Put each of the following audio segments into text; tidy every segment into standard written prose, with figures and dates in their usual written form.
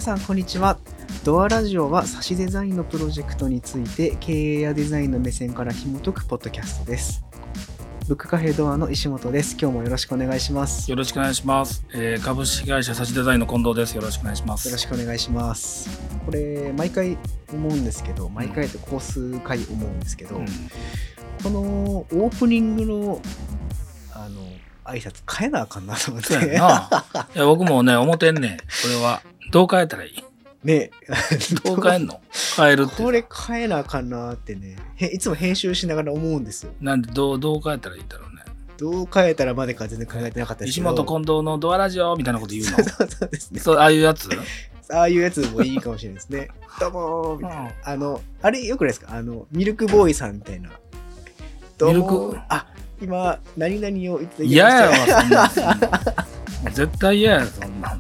さんこんにちは。ドアラジオはサシデザインのプロジェクトについて経営やデザインの目線から紐解くポッドキャストです。ブックカフェドアの石本です。今日もよろしくお願いします。 よろしくお願いします。株式会社サシデザインの近藤です。よろしくお願いします。 よろしくお願いします。これ毎回思うんですけど、毎回とコース回思うんですけど、このオープニングの挨拶変えなあかんなと思って。 そうやな。いや僕もね思ってんねん。これはどう変えたらいい？ ねどう変えんの？変えるって。 これ変えなあかんなってね、いつも編集しながら思うんですよ。 なんでどう変えたらいいんだろうね。 どう変えたらまでか全然考えてなかったですけど。 石本近藤のドアラジオみたいなこと言うの？ そうですね。 そう、ああいうやつ？ ああいうやつもいいかもしれないですね。どうもみたいな。あれよくないですか？ミルクボーイさんみたいな。どうも今何々を言って嫌やわそんなん絶対嫌やそんなん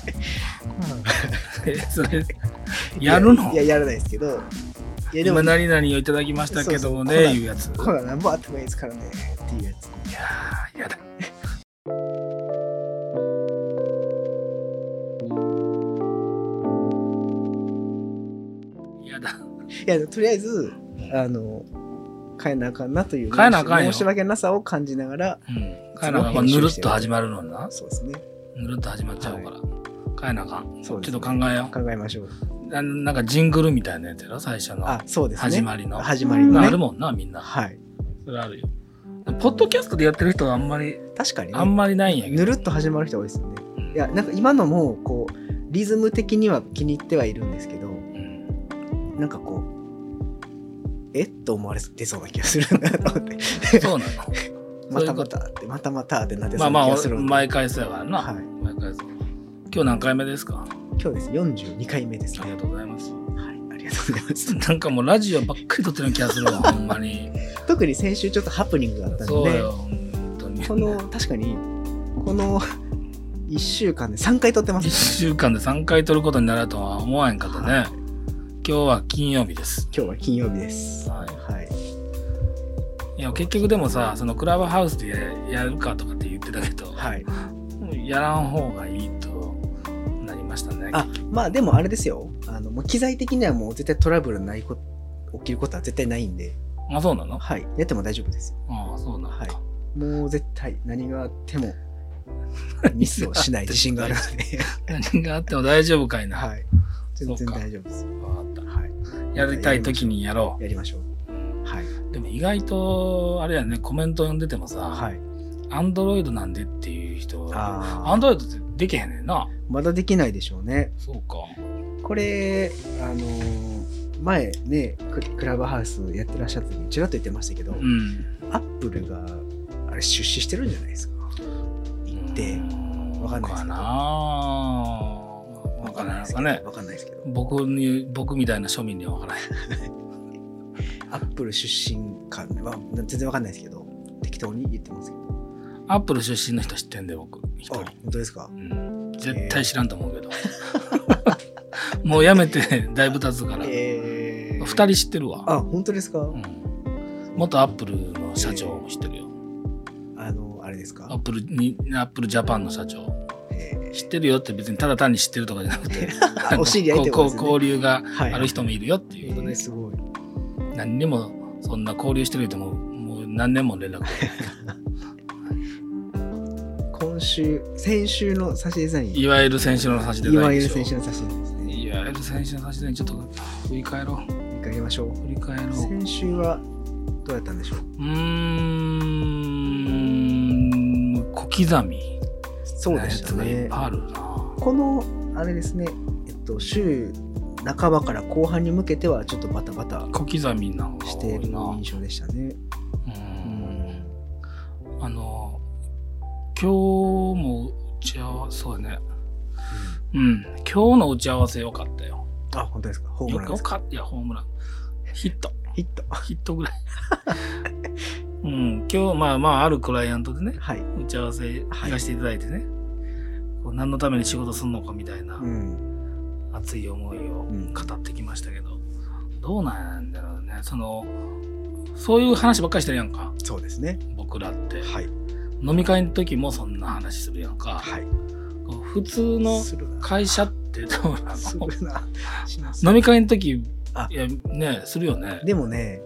それやるの？ いややらないですけど。 いやでも今何々をいただきましたけどもねいうやつ。 こら何もあってもいいですからねっていうやつ。 いやーやだ。やだ。 いやとりあえず変えなあかんなという申し訳なさを感じながら、 変えなあかん。ぬるっと始まるのな。 そうですね。 ぬるっと始まっちゃうから、変えなあかん。 そうですね、 ちょっと考えよう。 考えましょう。 なんかジングルみたいなやつやろ最初の。 そうですね。 始まりの。 ね。 あるもんなみんな。 はい。 それあるよ。ポッドキャストでやってる人はあんまり確かに、ね、 あんまりないんやけど。 ぬるっと始まる人多いですよね。いやなんか今のもこうリズム的には気に入ってはいるんですけど、なんかこうと思われてそうな気がするなと思って。 そうなの。 またってなってそうな気がする。 毎回そうやからな。 はい。 毎回そう。今日何回目ですか？ 今日です。42回目ですね。 ありがとうございます。 はい、ありがとうございます。 なんかもうラジオばっかり撮ってる気がするわ、ほんまに。 特に先週ちょっとハプニングがあったんで、 そうよ、本当に。 確かに、この1週間で3回撮ってますね。 1週間で3回撮ることになるとは思わへんかったね。はい、今日は金曜日です。 今日は金曜日です。 はい。 はい、 いや、結局でもさ、そのクラブハウスでやるかとかって言ってたけど、 はい、 やらん方がいいとなりましたね。 まあでもあれですよ。もう機材的にはもう絶対トラブル起きることは絶対ないんで。 あ、そうなの？ はい。やっても大丈夫ですよ。 ああ、そうなのか。はい。 もう絶対何があってもミスをしない自信があるので。 何があっても大丈夫かいな。 はい。全然大丈夫ですよ。 分かった。 はい。 やりたい時にやろう。 やりましょう。はい。 でも意外とあれやね、コメント読んでてもさ、 はい。 アンドロイドなんでっていう人、アンドロイドってできへんねんな。 まだできないでしょうね。 そうか。 これ前ねクラブハウスやってらっしゃった時にちらっと言ってましたけど、アップルがあれ出資してるんじゃないですか。言ってわかんないですけど。わかんないですけどね。わかんないですけど。 僕みたいな庶民にはわからない。 アップル出身かは全然わかんないですけど、適当に言ってますけど。 アップル出身の人知ってんで僕一人。 本当ですか？ 絶対知らんと思うけど。もうやめてだいぶ経つから。2人知ってるわ。 本当ですか？ 元アップルの社長も知ってるよ。 あれですか？ アップルジャパンの社長。知ってるよって別にただ単に知ってるとかじゃなくて、 お知り合いってことですね。 交流がある人もいるよっていうことね。 すごい。 何にもそんな交流してる人ももう何年も連絡して先週の差しデザイン。 いわゆる先週の差しデザイン。 いわゆる先週の差しデザインですね。 いわゆる先週の差しデザインちょっと振り返ろう。 振り返りましょう。 振り返ろう。 先週はどうやったんでしょう。 小刻み。 そうでしたね。 いっぱいあるな。 このあれですね。週半ばから後半に向けてはちょっとバタバタ小刻みなしている印象でしたね。 今日も打ち合わせそうだね。今日の打ち合わせ良かったよ。 本当ですか？ホームランですか？ いやホームラン。ヒットぐらい。今日あるクライアントでね、打ち合わせ行かせていただいてね、何のために仕事するのかみたいな。熱い思いを語ってきましたけど、どうなんだろうね。そういう話ばっかりしてるやんか。 そうですね。 僕らって、飲み会の時もそんな話するやんか。普通の会社っってどうなの？ するな。 飲み会の時、いやね、するよね。 でもね、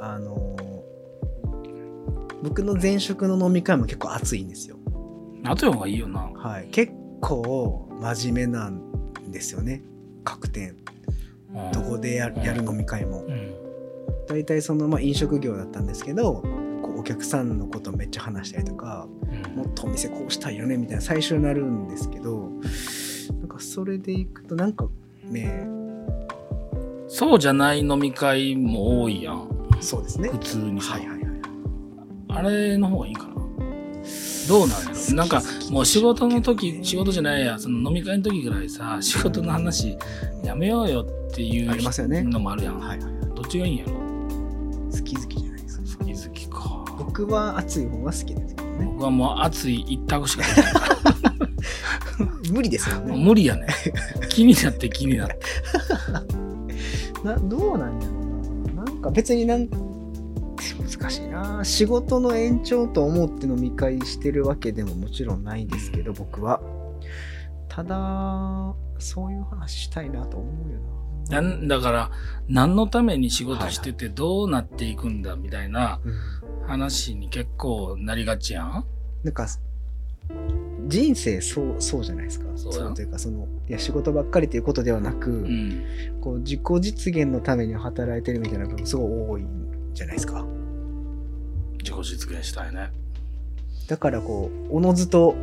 僕の前職の飲み会も結構熱いんですよ。 熱い方がいいよな。 はい。結構真面目なんですよね。各店。どこでやる飲み会も。大体その、飲食業だったんですけど、こうお客さんのことめっちゃ話したりとか、もっとお店こうしたいよねみたいな最初になるんですけど、なんかそれでいくとなんかね、 そうじゃない飲み会も多いやん。 そうですね。 普通にさ。 はいはいはい。 あれの方がいいかな。どうなんやろ。なんかもう仕事の時、仕事じゃないや、その飲み会の時ぐらいさ、仕事の話やめようよっていうのもあるやん。 はいはい。 どっちがいいんやろ。 好き好きじゃないですか。 好き好きか。 僕は熱い方が好きですけどね。 僕はもう熱い一択しかできないから。 無理ですよね。 無理やね。気になって気になって。 どうなんやろうな。なんか別に難しいな。仕事の延長と思って飲み会してるわけでももちろんないですけど、僕は。ただ、そういう話したいなと思うよな。 だから、何のために仕事しててどうなっていくんだみたいな話に結構なりがちやん。 なんか、人生そうじゃないですか。そうというか、いや仕事ばっかりということではなく、こう自己実現のために働いてるみたいな部分すごい多いんじゃないですか。 自己実現したいね。 だからおのずと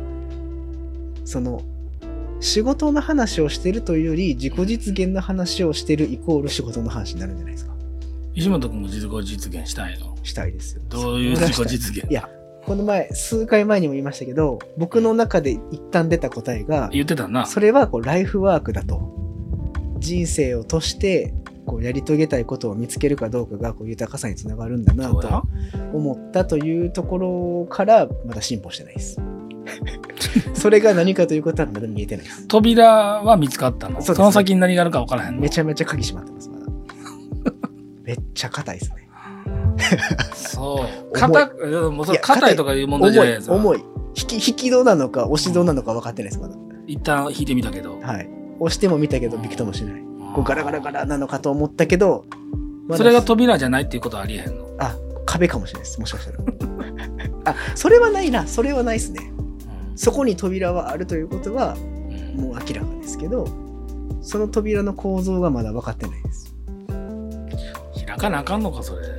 仕事の話をしてるというより自己実現の話をしてるイコール仕事の話になるんじゃないですか。 石本君も自己実現したいの？ したいですよ。 どういう自己実現？ いや、この前数回前にも言いましたけど、僕の中で一旦出た答えが言ってたな。 それはライフワークだと。人生を通してやり遂げたいことを見つけるかどうかが豊かさにつながるんだなと思ったというところからまだ進歩してないです。それが何かということはまだ見えてないです。 扉は見つかったの？その先に何があるか分からへんの？ めちゃめちゃ鍵閉まってます、まだ。めっちゃ硬いですね。 そう。硬いとかいう問題じゃないですか。 重い。引き戸なのか押し戸なのか分かってないです、まだ。 一旦引いてみたけど。 はい。押しても見たけどびくともしない。ガラガラガラなのかと思ったけど、 それが扉じゃないっていうことはありえへんの？ 壁かもしれないです、もしかしたら。それはないな。それはないですね。そこに扉はあるということはもう明らかですけど、その扉の構造がまだ分かってないです。 開かなあかんのか、それ。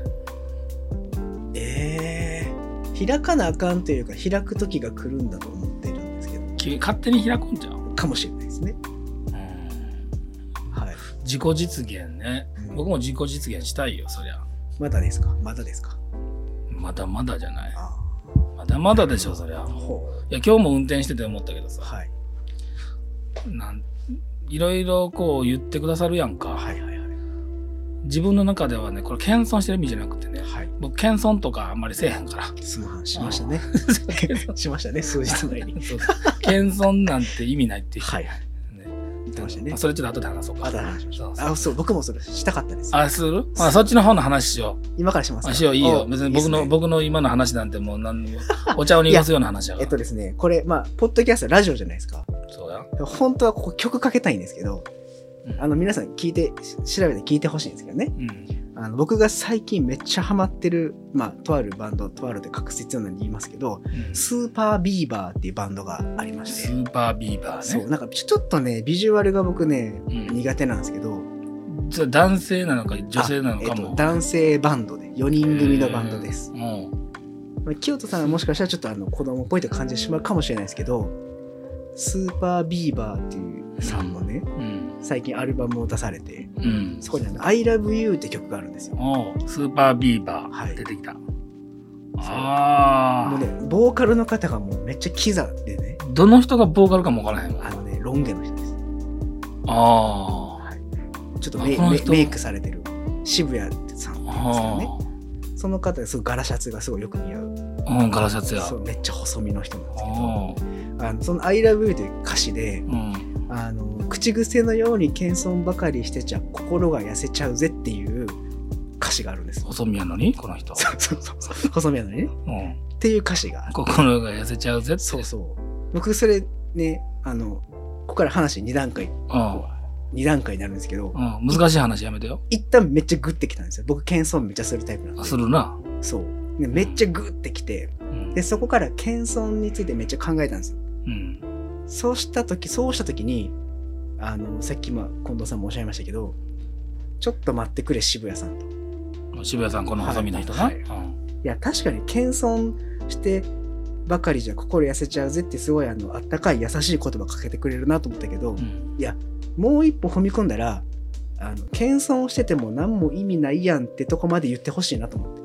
開かなあかんというか、開く時が来るんだと思っているんですけど。 勝手に開くんじゃん？ かもしれないですね。はい。 自己実現ね。僕も自己実現したいよ、そりゃ。 まだですか？まだですか？ まだまだじゃない。まだまだでしょ、そりゃ。いや、今日も運転してて思ったけどさ。 はい。 いろいろ言ってくださるやんか。 はいはいはい。 自分の中ではね、これ謙遜してる意味じゃなくてね。はい。僕、謙遜とかあんまりせえへんから。 その話しましたね。しましたね、数日前に。 謙遜なんて意味ないっていう。 はいはい。言ってましたね。 それちょっと後で話そうか。 後で話しましょう。そう、僕もそれしたかったです。 する？そっちの方の話しよう。 今からしますか？ しよう、いいよ。別に僕の今の話なんてもうお茶を濁すような話やから。 ですね、これ、ポッドキャスト、ラジオじゃないですか。 そうや。 本当はここ曲かけたいんですけど、皆さん調べて聞いてほしいんですけどね。僕が最近めっちゃハマってる、とあるバンド、とあるで隠す必要なのに言いますけど、スーパービーバーっていうバンドがありまして。 スーパービーバーね。 そう、なんかちょっとね、ビジュアルが僕ね、苦手なんですけど。 男性なのか女性なのかも。 男性バンドで、4人組のバンドです。清人さんはもしかしたらちょっと子供っぽいと感じてしまうかもしれないですけど、スーパービーバーっていうさんのね、最近アルバムを出されて、そこにI Love You って曲があるんですよ。 スーパービーバー、出てきた。もうね、ボーカルの方がもうめっちゃキザでね。 どの人がボーカルかもわからへんわ。 ロン毛の人です。ちょっとメイクされてる渋谷さんですよね。その方ですごいガラシャツがすごいよく似合う。 ガラシャツや。 めっちゃ細身の人なんですけど、そのI Love You という歌詞で、口癖のように謙遜ばかりしてちゃ心が痩せちゃうぜっていう歌詞があるんです。 細身やのにこの人。 そう細身やのにね。っていう歌詞がある。 心が痩せちゃうぜって。 そう。僕それね、 こから話2段階になるんですけど、 難しい話やめてよ。 一旦めっちゃグッてきたんですよ。僕謙遜めっちゃするタイプなんで。 するな。 そうでめっちゃグッてきて、でそこから謙遜についてめっちゃ考えたんですよ。そうした時にさっき近藤さんもおっしゃいましたけど、ちょっと待ってくれ渋谷さんと。 渋谷さんこの細身の人な。いや確かに謙遜してばかりじゃ心痩せちゃうぜってすごいあったかい優しい言葉かけてくれるなと思ったけど、いやもう一歩踏み込んだら謙遜してても何も意味ないやんってとこまで言ってほしいなと思って。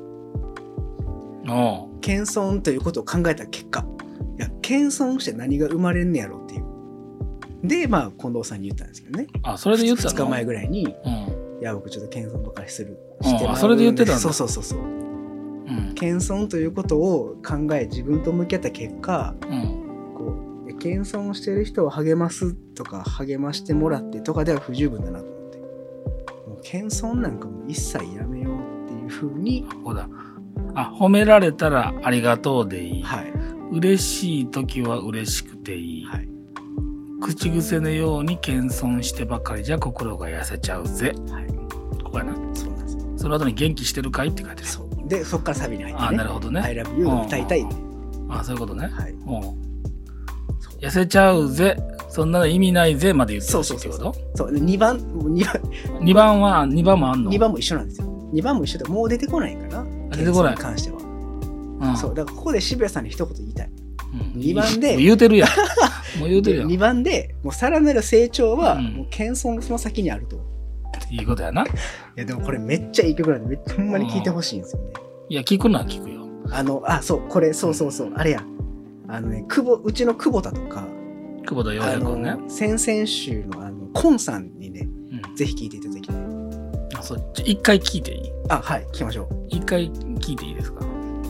謙遜ということを考えた結果、いや謙遜して何が生まれんねやろっていうで近藤さんに言ったんですけどね。 それで言ったの 2日前ぐらいに、いや僕ちょっと謙遜ばかりしてそれで言ってたんだ。 そう、謙遜ということを考え自分と向き合った結果、謙遜してる人を励ますとか励ましてもらってとかでは不十分だなと思って、もう謙遜なんかも一切やめようっていうふうに。 褒められたらありがとうでいい、嬉しい時は嬉しくていい、口癖のように謙遜してばかりじゃ心が痩せちゃうぜ、ここやな。そうなんですよ。その後に元気してるかいって書いてる。 でそっからサビに入ってね。 なるほどね。 I love you を歌いたい。 そういうことね。痩せちゃうぜ、そんなの意味ないぜまで言ってほしいってこと。 そう2番もあんの。 2番も一緒なんですよ。2番も一緒でもう出てこないかな。 出てこない。 に関しては。そうだからここで渋谷さんに一言言いたい。2番で言うてるやん。もう言うてるやん。 2番でもうさらなる成長はもう謙遜の先にあると。 いいことやな。いやでもこれめっちゃいい曲なんでめっちゃほんまに聴いてほしいんですよね。 いや聞くのは聞くよ。 そうこれそうあれやうちの久保田とか久保田洋平君ね、 先々週のコンさんにね、ぜひ聴いていただきたい。 一回聞いていい？ はい聞きましょう。 一回聞いていいですか？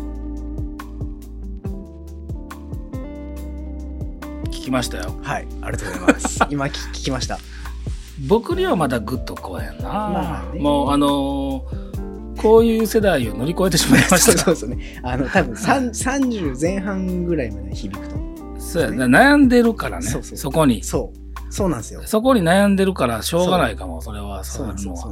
聞きましたよ。 はいありがとうございます。今聞きました。 僕にはまだグッとこうやな、もうこういう世代を乗り越えてしまいました。 そうですね。多分30前半ぐらいまで響くと。 そうや、悩んでるからね。そこに。 そうなんですよ。 そこに悩んでるからしょうがないかも。それはそうなんですよ。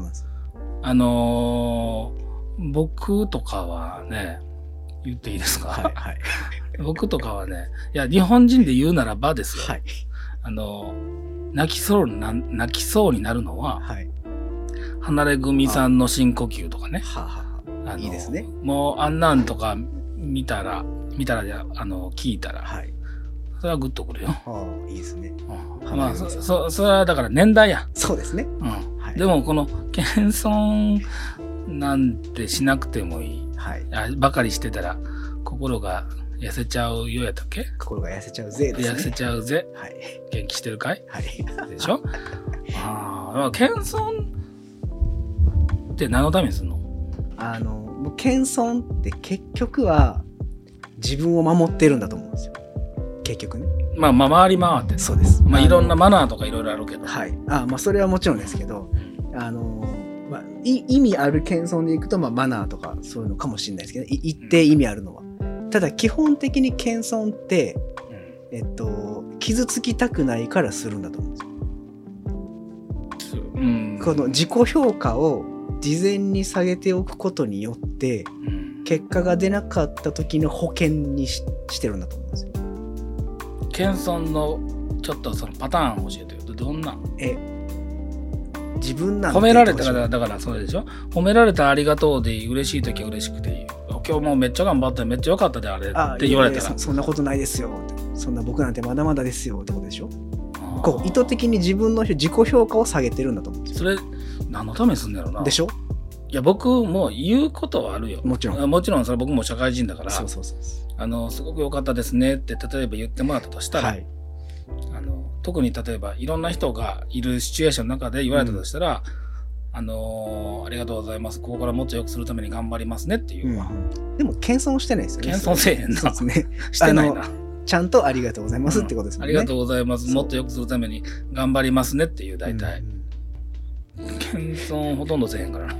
僕とかはね、言っていいですか？僕とかはね、いや日本人で言うならばですよ。泣きそうになるのは、離れ組さんの深呼吸とかね。 いいですね。 もうあんなんとか見たら聞いたら、それはグッとくるよ。 いいですね。 それはだから年代や。 そうですね。 でもこの謙遜なんてしなくてもいい。ばかりしてたら心が痩せちゃうよやったっけ？ 心が痩せちゃうぜですね。 痩せちゃうぜ。元気してるかい？でしょ？謙遜って何のためにするの？ 謙遜って結局は自分を守ってるんだと思うんですよ。結局ね。 回り回って。 そうです。 いろんなマナーとかいろいろあるけど。 それはもちろんですけど、意味ある謙遜でいくとマナーとかそういうのかもしれないですけど、一定意味あるのは。ただ基本的に謙遜って、傷つきたくないからするんだと思うんですよ。この自己評価を事前に下げておくことによって、結果が出なかった時の保険にしてるんだと思うんですよ。 謙遜のちょっとそのパターンを教えてよ。どんな？ 自分なんて褒められたらだからそれでしょ。褒められたらありがとうでいい、嬉しい時は嬉しくていい。今日もめっちゃ頑張ってめっちゃ良かったであれって言われたら、 そんなことないですよ。そんな僕なんてまだまだですよってことでしょ。意図的に自分の自己評価を下げてるんだと思うんですよ。 それ何のためにすんだろうな。 でしょ。 いや僕も言うことはあるよ。もちろんそれ僕も社会人だから。すごく良かったですねって例えば言ってもらったとしたら、特に例えばいろんな人がいるシチュエーションの中で言われたとしたら、ありがとうございます。ここからもっと良くするために頑張りますねっていうのは。 でも謙遜してないですよね。 謙遜せえへんな。 そうですね。 してないな。 ちゃんとありがとうございますってことですもんね。 ありがとうございます。もっと良くするために頑張りますねっていう大体。謙遜ほとんどせえへんからな。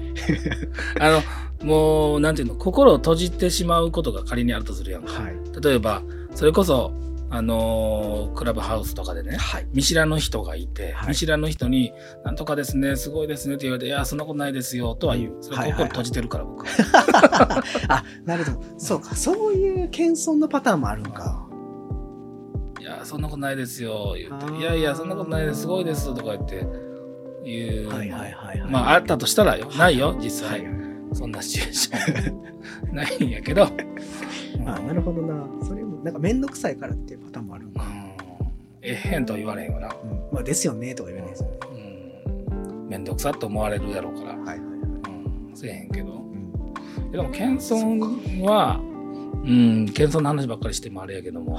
もうなんていうの、心を閉じてしまうことが仮にあるとするやんか。例えばそれこそクラブハウスとかでね、見知らぬ人がいて、見知らぬ人になんとかですね、すごいですねって言われて、いやそんなことないですよとは言う。それ心閉じてるから僕あ、なるほど。そうか、そういう謙遜のパターンもあるのか。 いやそんなことないですよ言って、いやいやそんなことないです、すごいですとか言って言う。まああったとしたらよ、ないよ実際、そんなシチュエーションないんやけどあ、なるほどな。それもなんか面倒くさいからっていうパターンもあるのか。 変とは言われへんよな。 まあですよねとか言わないですよね。 面倒くさって思われるやろうから。せえへんけど。でも謙遜は、謙遜の話ばっかりしてもあれやけども、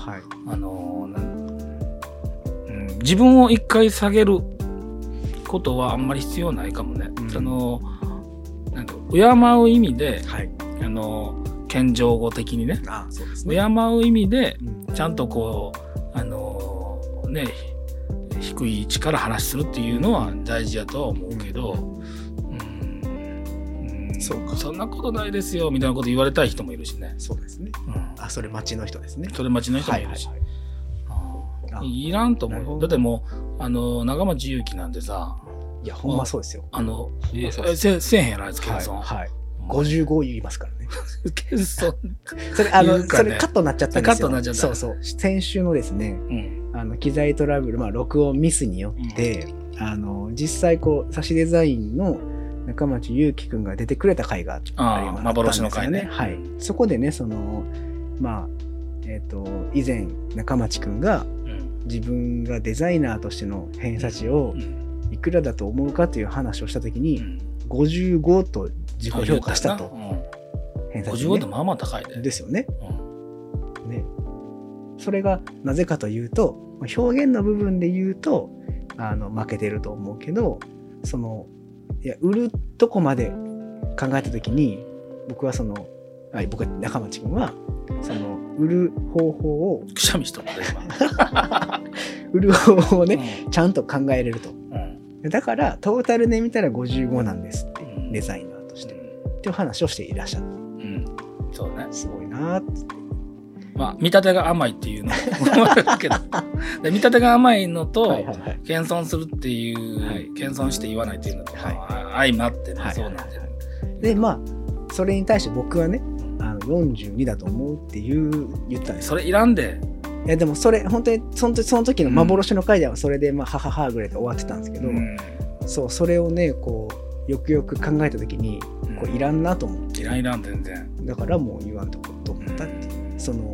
自分を一回下げることはあんまり必要ないかもね。なんか敬う意味で、謙譲語的にね、敬う意味でちゃんとこうね、低い位置から話するっていうのは大事やとは思うけど、そうか、そんなことないですよみたいなこと言われたい人もいるしね。 そうですね。あ、それ待ちの人ですね。 それ待ちの人もいるし、いらんと思うよ。だってもう長町ゆうきなんてさ、 いやほんまそうですよ。 せえへんやろあいつ謙遜。 55言いますからね。 謙遜。 それそれカットになっちゃったんですよ。カットになっちゃった。そうそう。先週のですね、機材トラブル、録音ミスによって、実際こう差しデザインの中町ゆうきくんが出てくれた回があります。 幻の回ね。 はい。そこでね、以前中町くんが自分がデザイナーとしての偏差値をいくらだと思うかという話をしたときに、55と自己評価したと。 偏差値55ってまあまあ高いね。 ですよね。ね。それがなぜかというと、表現の部分で言うと負けてると思うけど、いや売るとこまで考えたときに、僕は中町君は売る方法をくしゃみしたもんね今売る方法をね、ちゃんと考えれると、だからトータルで見たら55なんですって、デザイナーとして、っていう話をしていらっしゃった。 そうね、 すごいなーって。 見立てが甘いっていうのもあるけど見立てが甘いのと謙遜するっていう、謙遜して言わないっていうのと相まってね、そうなんだよね。 でそれに対して僕はね42だと思うって言ったんです。 それいらんで。 いやでもそれ本当にその時の幻の回ではそれではははぐらいで終わってたんですけど、それをねこうよくよく考えた時にこういらんなと思って。 いらん全然。 だからもう言わんとこと思ったっていう。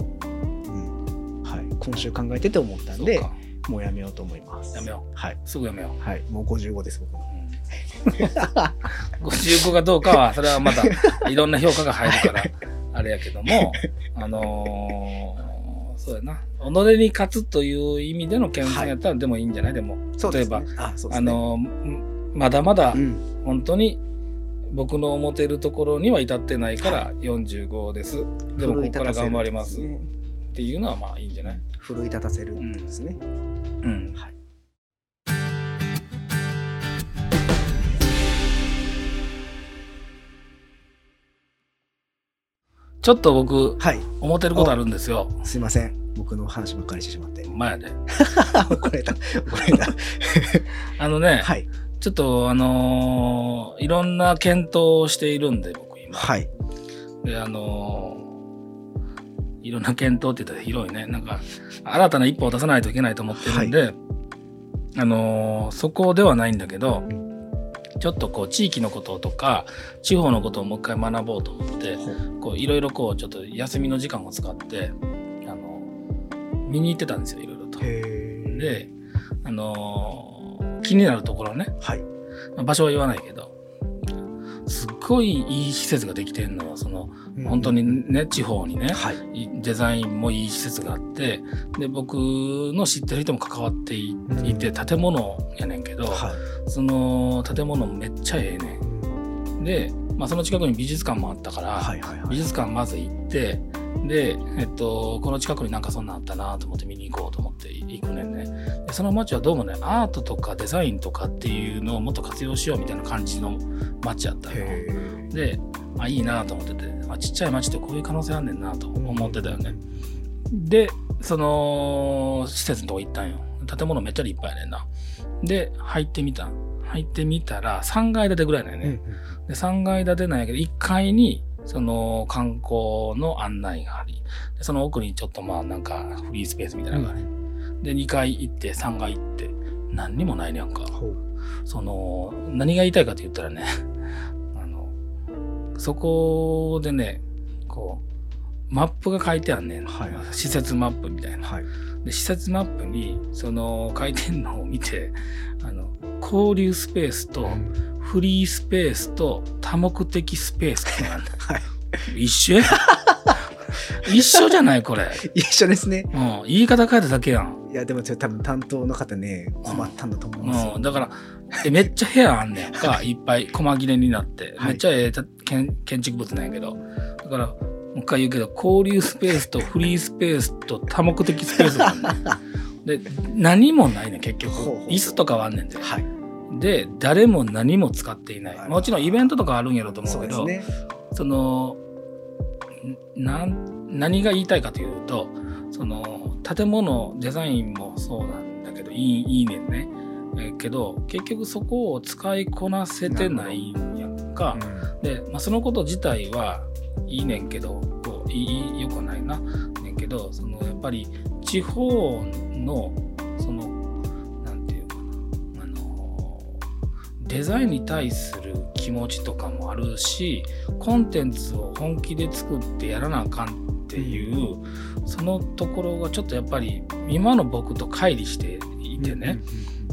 今週考えてて思ったんで、もうやめようと思います。 やめよう。 はい。 すぐやめよう。 はい。もう55です僕の。 55がどうかはそれはまたいろんな評価が入るからあれやけども、そうやな。己に勝つという意味での謙遜やったらでもいいんじゃない？でも例えばまだまだ本当に僕の思っているところには至ってないから45です。でもここから頑張ります。っていうのはまあいいんじゃない？ 奮い立たせるんですね。はい。 ちょっと僕、思ってることあるんですよ。 すいません。僕の話ばっかりしてしまって。 まあね。 怒られた。 ちょっといろんな検討をしているんで僕今。 はい。 でいろんな検討って言ったら広いね。なんか新たな一歩を出さないといけないと思ってるんで、そこではないんだけど、ちょっとこう地域のこととか地方のことをもう一回学ぼうと思って、こういろいろこうちょっと休みの時間を使って見に行ってたんですよ、いろいろと。で、気になるところね、場所は言わないけど、すっごいいい施設ができてるのは本当にね、地方にね、デザインもいい施設があって、で僕の知ってる人も関わっていて、建物やねんけど、その建物めっちゃええねん。で、その近くに美術館もあったから、美術館まず行って、で、この近くになんかそんなんあったなと思って見に行こうと思って行くねんね。でその街はどうもね、アートとかデザインとかっていうのをもっと活用しようみたいな感じの街やったよ。で、いいなと思ってて、ちっちゃい街ってこういう可能性あんねんなと思ってたよね。で、 その施設のとこ行ったんよ。建物めっちゃ立派やねんな。で入ってみたら3階建てぐらいだよね、で3階建てなんやけど1階にその観光の案内があり、でその奥にちょっとまあなんかフリースペースみたいなのがね、で2階行って3階行って何にもないねやんか。その何が言いたいかと言ったらねそこでねこうマップが書いてあんねん、施設マップみたいな、で施設マップにその書いてんのを見て交流スペースとフリースペースと多目的スペースってなんだ、一緒や一緒じゃないこれ。 一緒ですね。 言い方変えただけやん。 いやでも多分担当の方ね困ったんだと思うんですよ、 だからめっちゃ部屋あんねんかいっぱい細切れになって、めっちゃ建築物なんやけど、だからもう一回言うけど交流スペースとフリースペースと多目的スペースがあんねんで何もないねん結局。椅子とかはあんねんで、で誰も何も使っていない。もちろんイベントとかあるんやろと思うけど、その何が言いたいかというと、その建物デザインもそうなんだけどいいねんね、けど結局そこを使いこなせてないんやんか、で、そのこと自体はいいねんけどよくないなねんけど、そのやっぱり地方のそのなんていうかなデザインに対する気持ちとかもあるし、コンテンツを本気で作ってやらなあかんっていうそのところがちょっとやっぱり今の僕と乖離していてね、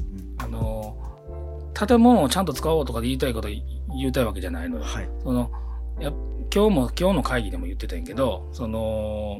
建物をちゃんと使おうとかで言いたいこと言いたいわけじゃないのよ、その今日の会議でも言ってたんやけど、その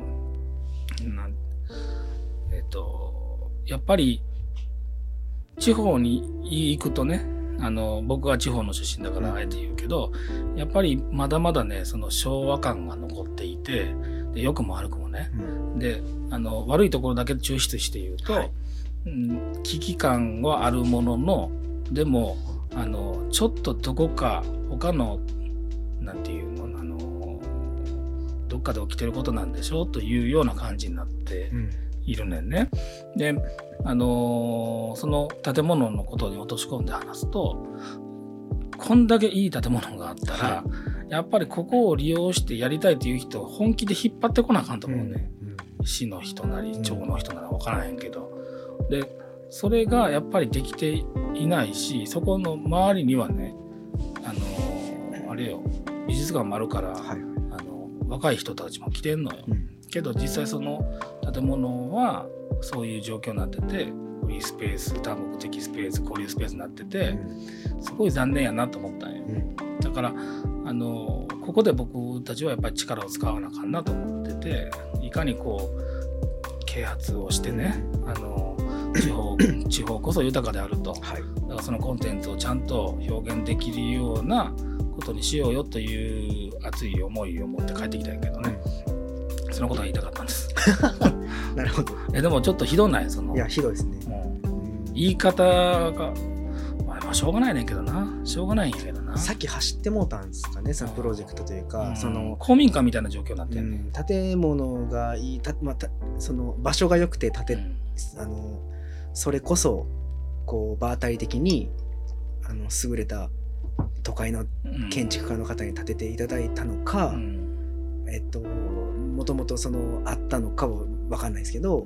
やっぱり地方に行くとね、僕は地方の出身だからあえて言うけど、やっぱりまだまだねその昭和感が残っていて、で良くも悪くもね、で悪いところだけ抽出して言うと、危機感はあるものの、でもちょっとどこか他のなんていうのどっかで起きてることなんでしょうというような感じになっているねんね。でその建物のことに落とし込んで話すと、こんだけいい建物があったら、やっぱりここを利用してやりたいという人を本気で引っ張ってこなあかんと思うね、市の人なり町の人なら分からへんけど、でそれがやっぱりできていないし、そこの周りにはねあれよ美術館もあるから、若い人たちも来てんのよ、けど実際その建物はそういう状況になってて、フリースペース多目的スペース交流スペースになってて、すごい残念やなと思ったんよ、だからここで僕たちはやっぱり力を使わなあかんなと思ってて、いかにこう啓発をしてね、地方こそ豊かであると、だからそのコンテンツをちゃんと表現できるようなことにしようよという熱い思いを持って帰ってきたんやけどね、そのことが言いたかったんですなるほど。 でもちょっとひどない、そのいやひどいですね、 言い方がしょうがないねんけどな、しょうがないんやけどな。 さっき走ってもうたんですかね、そのプロジェクトというか、その公民館みたいな状況になってんね、 建物がいいその場所が良くてそれこそこう場当たり的に優れた都会の建築家の方に建てていただいたのか、もともとそのあったのかは分かんないですけど、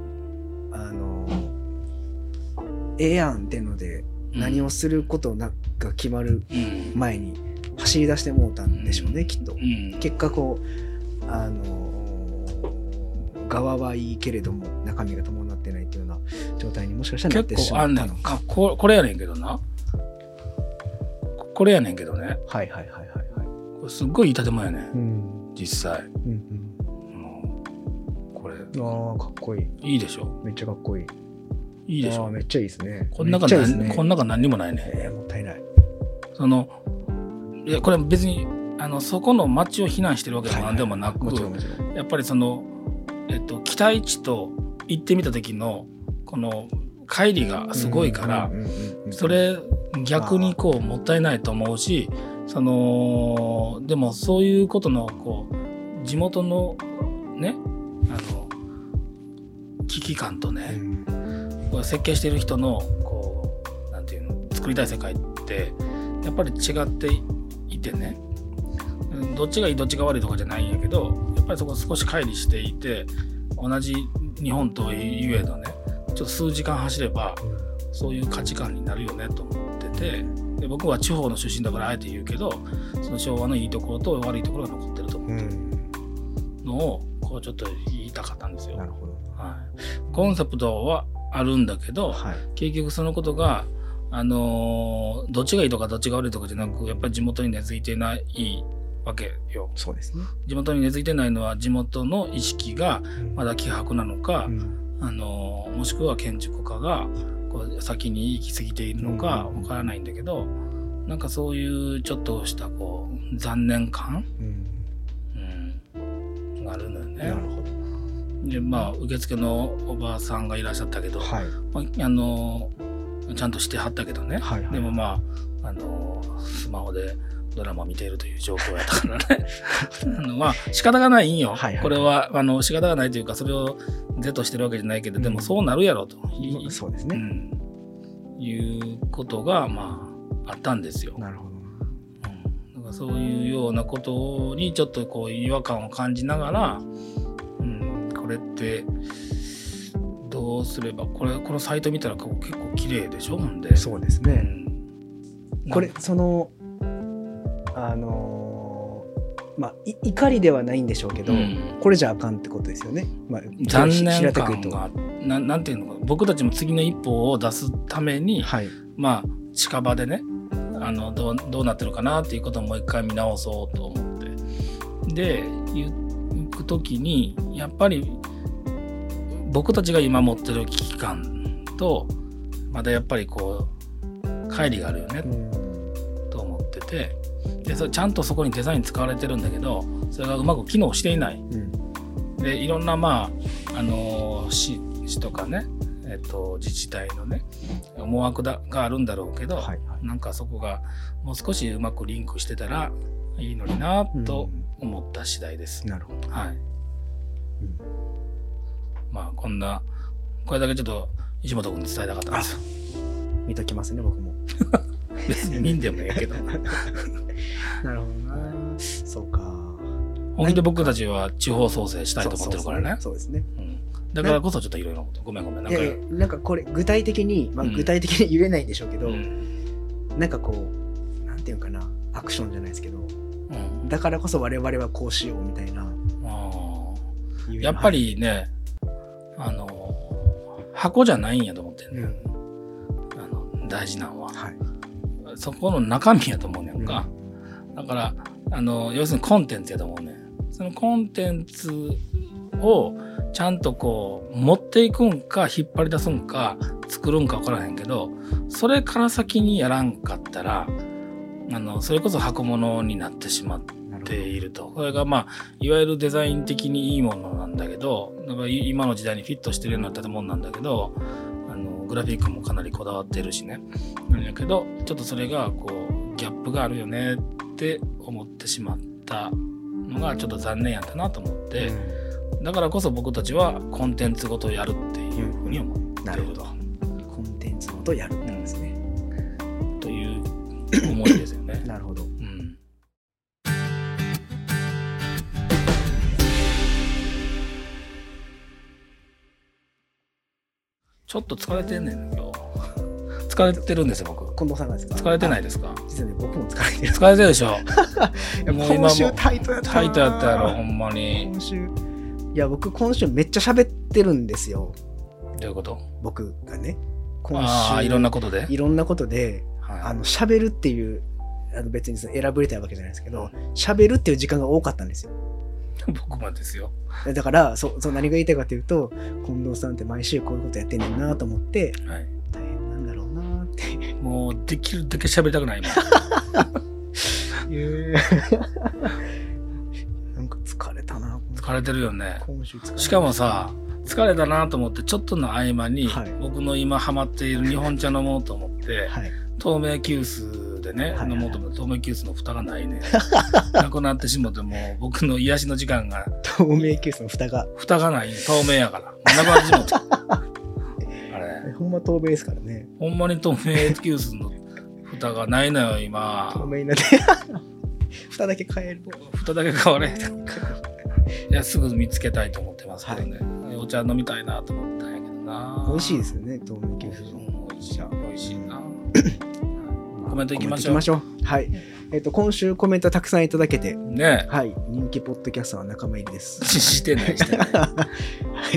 案っていうので何をすることが決まる前に走り出してもうたんでしょうね、きっと。結果こう側はいいけれども中身が伴ってないっていうような状態にもしかしたらなってしまったのか。 これやねんけどな、これやねんけどね、これすっごいいい建物やね、実際、これかっこいい。 いいでしょ。 めっちゃかっこいい。 いいでしょ。 めっちゃいいですね。 こん中何にもないね。 もったいない。 いやこれ別にそこの町を非難してるわけでもなんでもなく、やっぱりその期待値と行ってみた時のこの乖離がすごいから、それ逆にこうもったいないと思うし、でもそういうことのこう地元のね危機感とね、これ設計している人のこうなんていうの作りたい世界ってやっぱり違っていてね、どっちがいいどっちが悪いとかじゃないんやけど、やっぱりそこ少し乖離していて、同じ日本といえどね、ちょっと数時間走ればそういう価値観になるよねと思ってて、で僕は地方の出身だからあえて言うけど、その昭和のいいところと悪いところが残ってると思ってるのをこうちょっと言いたかったんですよ。 なるほど。 はい、コンセプトはあるんだけど、はい、結局そのことがどっちがいいとかどっちが悪いとかじゃなく、やっぱり地元に根付いてないわけよ。 そうですね。 地元に根付いてないのは地元の意識がまだ希薄なのか、もしくは建築家がこう先に行き過ぎているのかわからないんだけど、なんかそういうちょっとしたこう残念感、があるのよね。なるほど。でまあ受付のおばあさんがいらっしゃったけど、はい、ちゃんとしてはったけどね、はいはい、でもまあスマホでドラマ見ているという状況やったからねまあ仕方がないんよ、はいはい、これは仕方がないというか、それを是としてるわけじゃないけど、でもそうなるやろと、 そうですね、 いうことがまああったんですよ。 なるほど。 だからそういうようなことにちょっとこう違和感を感じながら、これってどうすれば、このサイト見たら結構綺麗でしょ。ほんでそうですね、これそのまあ怒りではないんでしょうけど、これじゃあかんってことですよね。まあ、 残念感がなんていうのか、僕たちも次の一歩を出すために、はい、まあ近場でねどうなってるかなっていうことをもう一回見直そうと思ってで行くときに、やっぱり僕たちが今持ってる危機感とまだやっぱりこう乖離があるよね、と思ってて、でそれちゃんとそこにデザイン使われてるんだけど、それがうまく機能していない、でいろんなまあ市とかね、自治体のね思惑があるんだろうけど、はいはい、なんかそこがもう少しうまくリンクしてたらいいのになと思った次第です。 なるほど。 はい。まあこれだけちょっと石本君に伝えたかったんですよ。 見ときますね、僕も。 別に見んでもいいけど。 なるほどな。そうか。 本気で僕たちは地方創生したいと思ってるからね。 そうですね。 だからこそちょっといろいろごめんなんかこれ具体的に、具体的に言えないんでしょうけど、なんかこうなんていうかな、アクションじゃないですけど、だからこそ我々はこうしようみたいな。 やっぱりね、箱じゃないんやと思ってるね、大事なのは、はい、そこの中身やと思うねんか、だから要するにコンテンツやと思うね。そのコンテンツをちゃんとこう持っていくんか引っ張り出すんか作るんか分からへんけど、それから先にやらんかったらそれこそ箱物になってしまっていると。これがまあいわゆるデザイン的にいいものなんだけど、だから今の時代にフィットしてるようになったもんなんだけど、グラフィックもかなりこだわってるしね、なんだけどちょっとそれがこうギャップがあるよねって思ってしまったのがちょっと残念やったなと思って、だからこそ僕たちはコンテンツごとやるっていうふうに思っている。 なるほど。コンテンツごとやるってことですね。 という思いですよね。 なるほど。 ちょっと疲れてんねん今日。疲れてるんですよ僕。 近藤さんがですか？ 疲れてないですか？ 実はね、僕も疲れてる。 疲れてるでしょ。 今週タイトやった。 タイトやったやろほんまに。 いや僕今週めっちゃ喋ってるんですよ。 どういうこと？ 僕がね、 今週いろんなことで、 喋るっていう別に選ぶれたわけじゃないですけど、喋るっていう時間が多かったんですよ。 僕もですよ。 だからそう何が言いたいかというと、近藤さんって毎週こういうことやってんねんなと思って、はい、大変なんだろうなって。 もうできるだけ喋りたくない今。 なんか疲れたな。 疲れてるよね。しかもさ、疲れたなと思ってちょっとの合間に、はい、僕の今ハマっている日本茶飲もうと思って、はい、透明急須でね、飲もうと思って透明急須の蓋がないね。なくなってしもても僕の癒しの時間が透明急須の蓋がない、透明やからなくなってしまった。あれ。 ほんま透明ですからね。 ほんまに透明急須の蓋がないのよ、今。 透明になって。蓋だけ買える。 蓋だけ買われへん。いや、すぐ見つけたいと思ってますけどね。はい、お茶飲みたいなと思ったんやけどな。 美味しいですよね、透明急須。 美味しいな。コメントいきましょう。 はい。今週コメントたくさんいただけて、 ね、 はい、人気ポッドキャスターは仲間入りです。 してない。 はい、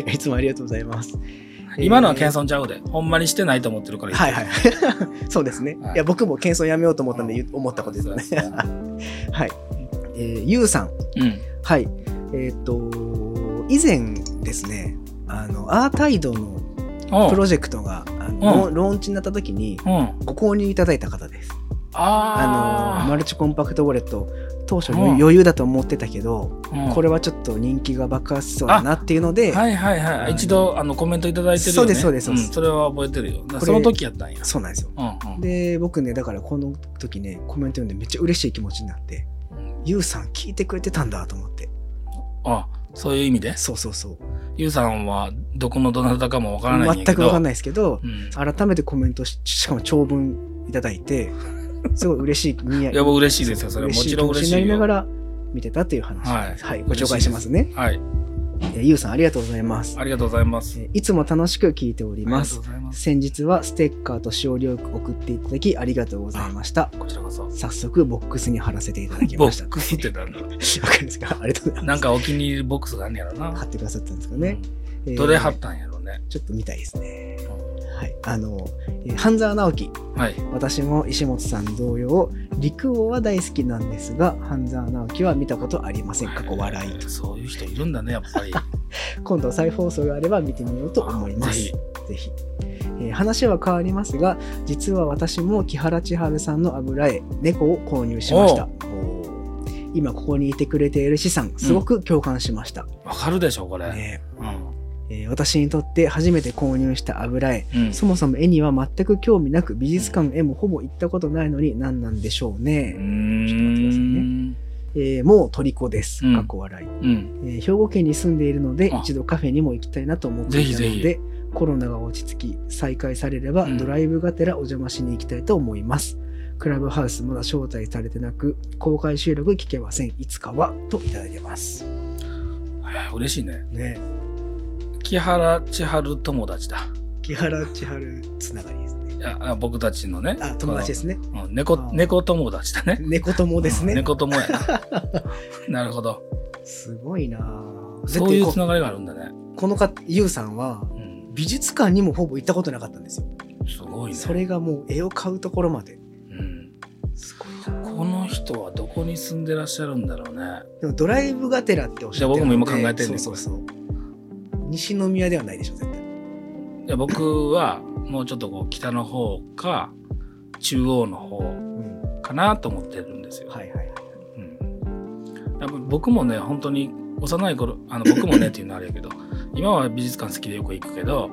いつもありがとうございます。 今のは謙遜ちゃうで、ほんまにしてないと思ってるから言ってる。はいはい。そうですね。はい、いや、僕も謙遜やめようと思ったんで、思ったことですよね。はい。ゆうさん。はい。以前ですね、アータイドのプロジェクトがローンチになった時にご購入いただいた方です。マルチコンパクトウォレット当初余裕だと思ってたけど、これはちょっと人気が爆発しそうだなっていうので、 一度コメントいただいてるよね。 そうです。 それは覚えてるよ。その時やったんや。 そうなんですよ。で僕ね、だからこの時ねコメント読んでめっちゃ嬉しい気持ちになって、ゆうさん聞いてくれてたんだと思って。 そういう意味で？ そう。 ゆうさんはどこのどなたかもわからないんやけど、 全くわかんないですけど、改めてコメント しかも長文いただいて、すごい嬉しい。 いや、嬉しいですよ。それはもちろん嬉しいよ。 になりながら見てたっていう話です。はい、ご紹介しますね。 はい。 ゆうさんありがとうございます。 ありがとうございます。 いつも楽しく聞いております。先日はステッカーとしおりを送っていただきありがとうございました。 こちらこそ。 早速ボックスに貼らせていただきました。 ボックスってなんだ。わかるんですか？ありがとうございます。 なんかお気に入りボックスがあるんやろな。 貼ってくださったんですかね。 どれ貼ったんやろうね。 ちょっと見たいですね。はい、半沢直樹、 はい、 私も石本さん同様陸王は大好きなんですが半沢直樹は見たことありません。過去笑い。 そういう人いるんだね、やっぱり。 今度再放送があれば見てみようと思います。ぜひ。話は変わりますが実は私も木原千春さんの油絵猫を購入しました。今ここにいてくれている資産すごく共感しました。 わかるでしょこれ、 私にとって初めて購入した油絵、そもそも絵には全く興味なく美術館へもほぼ行ったことないのに何なんでしょうね。ちょっと待ってくださいね。もう虜です。過去笑い、兵庫県に住んでいるので一度カフェにも行きたいなと思っていたのでコロナが落ち着き再開されればドライブがてらお邪魔しに行きたいと思います。クラブハウスまだ招待されてなく公開収録聞けません。いつかはといただいてます。 嬉しいね。木原千春友達だ。 木原千春つながりですね。 いや僕たちのね。 友達ですね。 猫友達だね。 猫友ですね。 猫友やな。なるほど。 すごいな。 そういうつながりがあるんだね。 このゆうさんは美術館にもほぼ行ったことなかったんですよ。 すごいね。 それがもう絵を買うところまで。 すごいな。この人はどこに住んでらっしゃるんだろうね。 でもドライブがてらっておっしゃってるので。 僕も今考えてるんです。 そう。西宮ではないでしょ絶対。 いや僕はもうちょっとこう北の方か中央の方かなと思ってるんですよ。やっぱ僕もね本当に幼い頃僕もねっていうのはあれやけど今は美術館好きでよく行くけど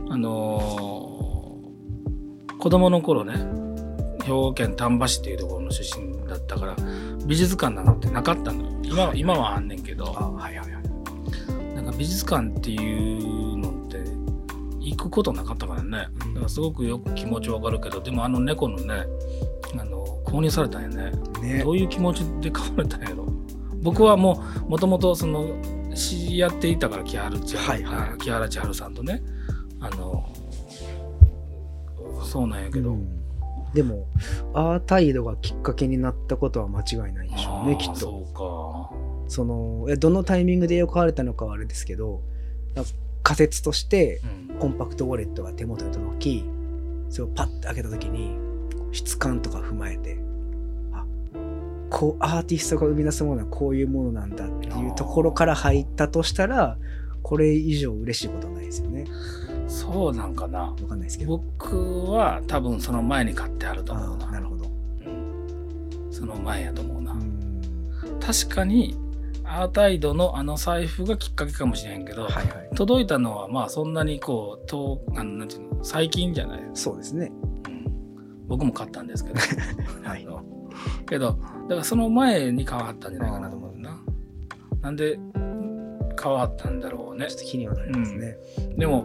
子供の頃ね兵庫県丹波市っていうところの出身だったから美術館なんてなかったの。今はあんねんけど。なんか美術館っていうのって行くことなかったからね。だからすごくよく気持ちわかるけど、でも猫のね購入されたんやね。どういう気持ちで買われたんやろ。僕はもともと知り合っていたから木原千春さんとねそうなんやけど、 でもアータイドがきっかけになったことは間違いないでしょうねきっと。 そうか。 どのタイミングで絵を買われたのかはあれですけど仮説としてコンパクトウォレットが手元に届きそれをパッと開けた時に質感とか踏まえてこうアーティストが生み出すものはこういうものなんだっていうところから入ったとしたらこれ以上嬉しいことはないですよね。 そうなんかな。 分かんないですけど僕は多分その前に買ってあると思うな。 なるほど、 その前やと思うな。確かにアータイドの財布がきっかけかもしれへんけど、届いたのはまあそんなにこうなんていうの最近じゃない。 そうですね、 僕も買ったんですけどけどだからその前に買わはったんじゃないかなと思うな。なんで変わったんだろうね。 ちょっと気にはなりますね。 でも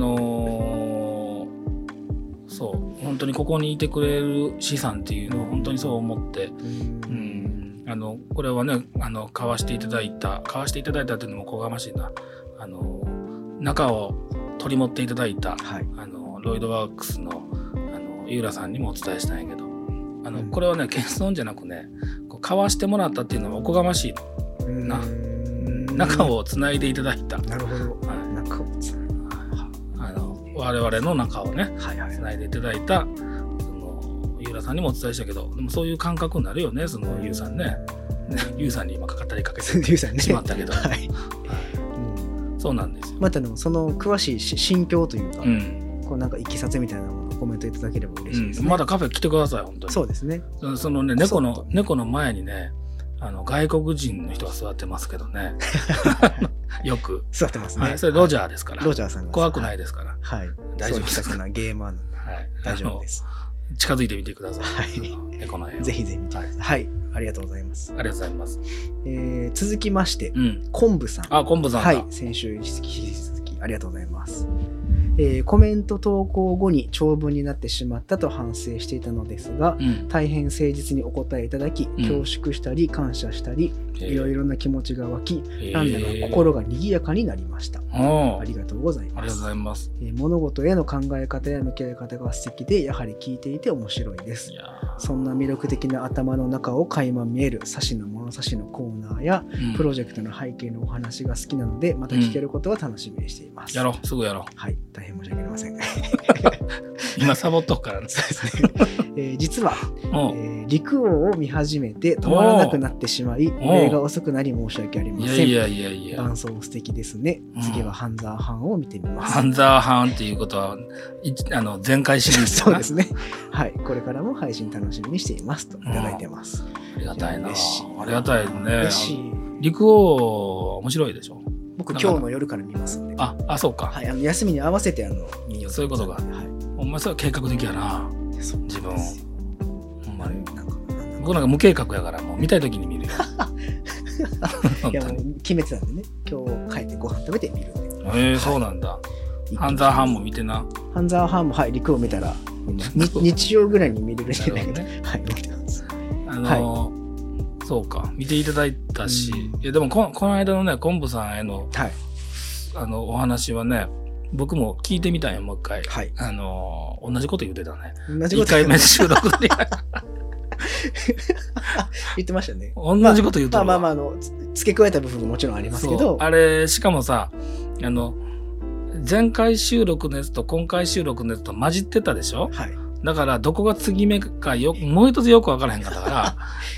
そう本当にここにいてくれる資産っていうのを本当にそう思って、これはね買わしていただいたっていうのもこがましいな、中を取り持っていただいた、ロイドワークスの井浦さんにもお伝えしたんやけど、これはね謙遜じゃなくね、こう買わしてもらったっていうのはおこがましいな。中をつないでいただいた。 なるほど。中をつない我々の中をね、つないでいただいた井浦さんにもお伝えしたけど、でもそういう感覚になるよね、そのゆうさんね。ゆうさんに今かかりかけてしまったけど、そうなんですよ。 またその詳しい心境というか、こうなんかいきさつみたいなものをコメントいただければ嬉しいですね。 まだカフェ来てください、本当に。 そうですね。 そのね、猫の前にね、外国人の人が座ってますけどね。よく。 座ってますね。 それロジャーですから。 ロジャーさんが。 怖くないですから。 大丈夫です。そういうゲーマーなんで。大丈夫です。 近づいてみてください。猫の絵を。 ぜひぜひ見てください。はい。ありがとうございます。 ありがとうございます。 続きまして、昆布さん。 昆布さん。 はい。先週引き続きありがとうございます。コメント投稿後に長文になってしまったと反省していたのですが、大変誠実にお答えいただき、恐縮したり感謝したり、いろいろな気持ちが湧き、なんだか心が賑やかになりました。ありがとうございます。 ありがとうございます。 物事への考え方や向き合い方が素敵で、やはり聞いていて面白いです。そんな魅力的な頭の中を垣間見えるサシの物差しのコーナーや、プロジェクトの背景のお話が好きなので、また聞けることは楽しみにしています。 やろう、すぐやろう。 はい、大変申し訳ありません。 今サボっとくからね。 実は、陸王を見始めて止まらなくなってしまい、映画遅くなり申し訳ありません。 いや伴奏素敵ですね。次はハンザーハンを見てみます。 ハンザーハンっていうことは前回シリーズそうですね。はい、これからも配信楽しみにしていますといただいてます。 ありがたいな。ありがたいね。 嬉しい。 陸王面白いでしょ。 僕今日の夜から見ますんで。 そうか。 はい、休みに合わせて見よう。 そういうことが。お前それは計画的やな。自分。ほんまに。僕なんか無計画やからもう見たい時に見るよ。 いやもう決めてたんでね。今日帰ってご飯食べて見るんで。 そうなんだ。ハンザーハンも見てな。 ハンザーハンも陸を見たら日曜ぐらいに見れるじゃないですか。はい、見てます。 そうか、見ていただいたし、いやでもこの間のね、昆布さんへの、お話はね、僕も聞いてみたんよ、もう一回。同じこと言ってたね。 同じこと 1回目収録で。 言ってましたね。 同じこと言ってた。 付け加えた部分ももちろんありますけど。 あれ、しかもさ、前回収録のやつと今回収録のやつと混じってたでしょ？はい。だからどこが継ぎ目かもう一つよく分からへんかったから、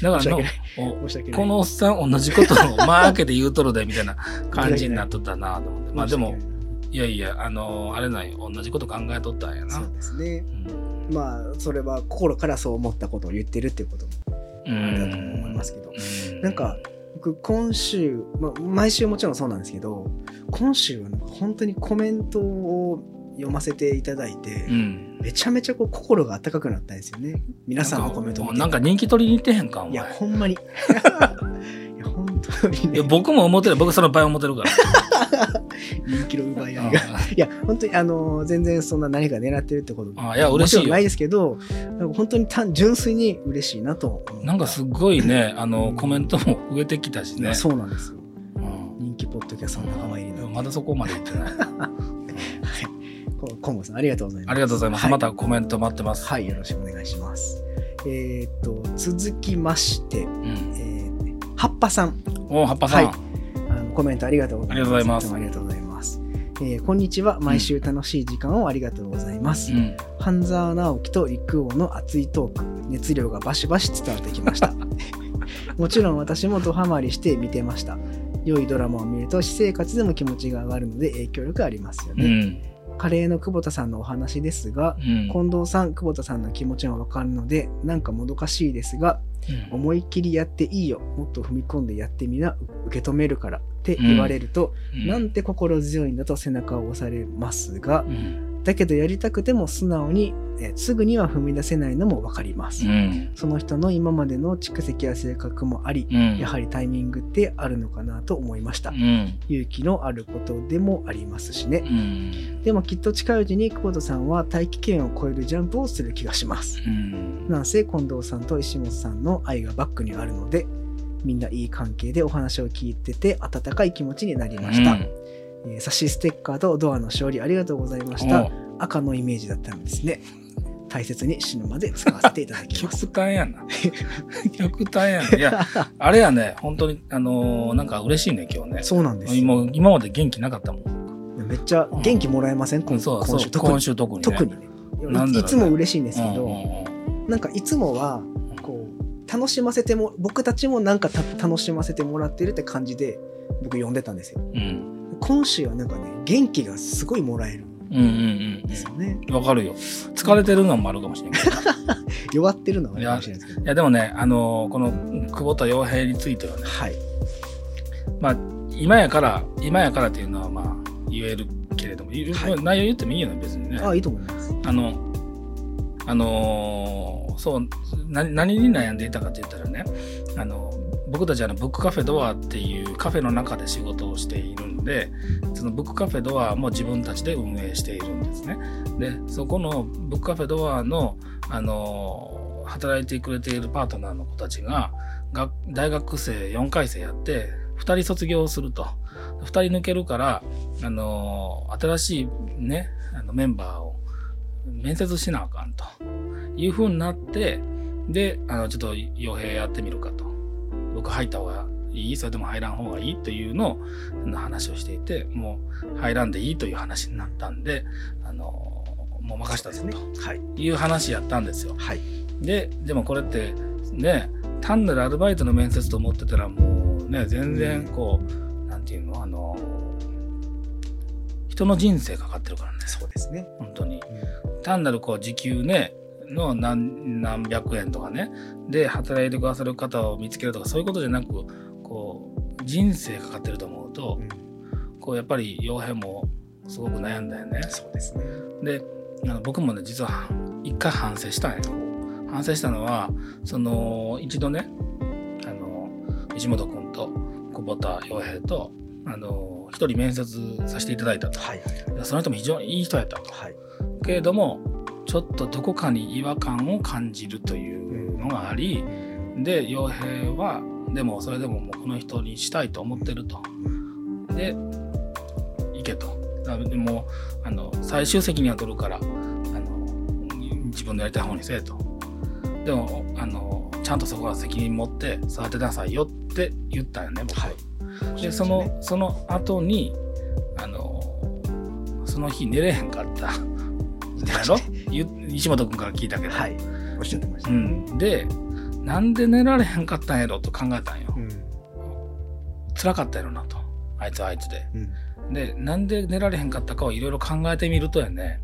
だからこのおっさん同じことを開けて言うとるでみたいな感じになっとったなと思って。まあでも、いや、あれない、同じこと考えとったんやな。 そうですね。まあ、それは心からそう思ったことを言ってるっていうこともあれだと思いますけど。なんか、僕今週、毎週もちろんそうなんですけど、今週は本当にコメントを読ませていただいて、めちゃめちゃ心が温かくなったんですよね。皆さんのコメントを見て。 なんか人気取りに行ってへんか、お前。 いや、ほんまに。いや、本当にね。 いや、僕も思ってる。僕その倍思ってるから。 人気の奪い合いが。いや、本当に全然そんな何か狙ってるってこといや、嬉しいよ。 ないですけど、なんか本当に純粋に嬉しいなと思う。 なんかすごいね、コメントも増えてきたしね。 そうなんですよ。人気ポッドキャストの仲間入りの。 まだそこまで言ってない。 昆布さんありがとうございます。 ありがとうございます。またコメント待ってます。 はい、よろしくお願いします。続きまして、葉っぱさん。 葉っぱさん。 コメントありがとうございます。 ありがとうございます。 ありがとうございます。こんにちは。毎週楽しい時間をありがとうございます。半沢直樹と陸王の熱いトーク、熱量がバシバシ伝わってきました。もちろん私もドハマりして見てました。良いドラマを見ると私生活でも気持ちが上がるので影響力ありますよね。カレーの久保田さんのお話ですが、近藤さん、久保田さんの気持ちはわかるので、なんかもどかしいですが、思いっきりやっていいよ、もっと踏み込んでやってみな、受け止めるからって言われると、なんて心強いんだと背中を押されますが、 だけどやりたくても素直に、すぐには踏み出せないのも分かります、その人の今までの蓄積や性格もあり、やはりタイミングってあるのかなと思いました、勇気のあることでもありますしね、でもきっと近いうちに久保田さんは大気圏を超えるジャンプをする気がします、なんせ近藤さんと石本さんの愛がバックにあるので、みんないい関係でお話を聞いてて温かい気持ちになりました、差しステッカーとドアの勝利ありがとうございました。赤のイメージだったんですね。大切に死ぬまで使わせていただきます。 極端やな。極端やな。いや、あれやね、本当に、なんか嬉しいね、今日ね。 そうなんですよ。 今まで元気なかったもん。 めっちゃ元気もらえません？今週特にね。特にね。いつも嬉しいんですけど、なんかいつもは、こう、楽しませても、僕たちもなんか楽しませてもらってるって感じで、僕読んでたんですよ。今週はなんかね、元気がすごいもらえる。ですよね。 わかるよ。疲れてるのもあるかもしれないけど。 弱ってるのはあるかもしれないですけど。 いやでもね、この久保田洋平についてはね、 はい。 まあ今やからっていうのはまあ言えるけれども、はい、内容言ってもいいよね別にね。 いいと思います。 そう何に悩んでいたかって言ったらね、僕たちはブックカフェドアっていうカフェの中で仕事をしているんで、そのブックカフェドアも自分たちで運営しているんですね。で、そこのブックカフェドアの、働いてくれているパートナーの子たちが大学生4回生やって2人卒業すると。2人抜けるから、新しいね、メンバーを面接しなあかんという風になって、で、ちょっと傭兵やってみるかと。僕入った方がいい？それとも入らん方がいい？というの話をしていて、もう入らんでいいという話になったんで、もう任したぞという話やったんですよ。はい、でもこれってね、単なるアルバイトの面接と思ってたらもうね、全然こう、なんていうの、人の人生かかってるからね。 そうですね。 本当に。単なるこう時給ね、の何百円とかねで働いてくださる方を見つけるとかそういうことじゃなく、こう人生かかってると思うと、こうやっぱり傭兵もすごく悩んだよね。 そうですね。で僕もね実は一回反省したんよ。反省したのは一度ね石本君と久保田洋平と一人面接させていただいたと、その人も非常にいい人やったと、けれどもちょっとどこかに違和感を感じるというのがあり、で洋平はでもそれでももうこの人にしたいと思ってると、で行けと、でも最終責任は取るから自分でやりたい方にせえと、でもちゃんとそこは責任持って育てなさいよって言ったよね僕、でその後にその日寝れへんかったやろ石本君から聞いたけど、 おっしゃってました、 でなんで寝られへんかったんやろと考えたんよ、辛かったやろなと、あいつはあいつで、でなんで寝られへんかったかをいろいろ考えてみるとやね、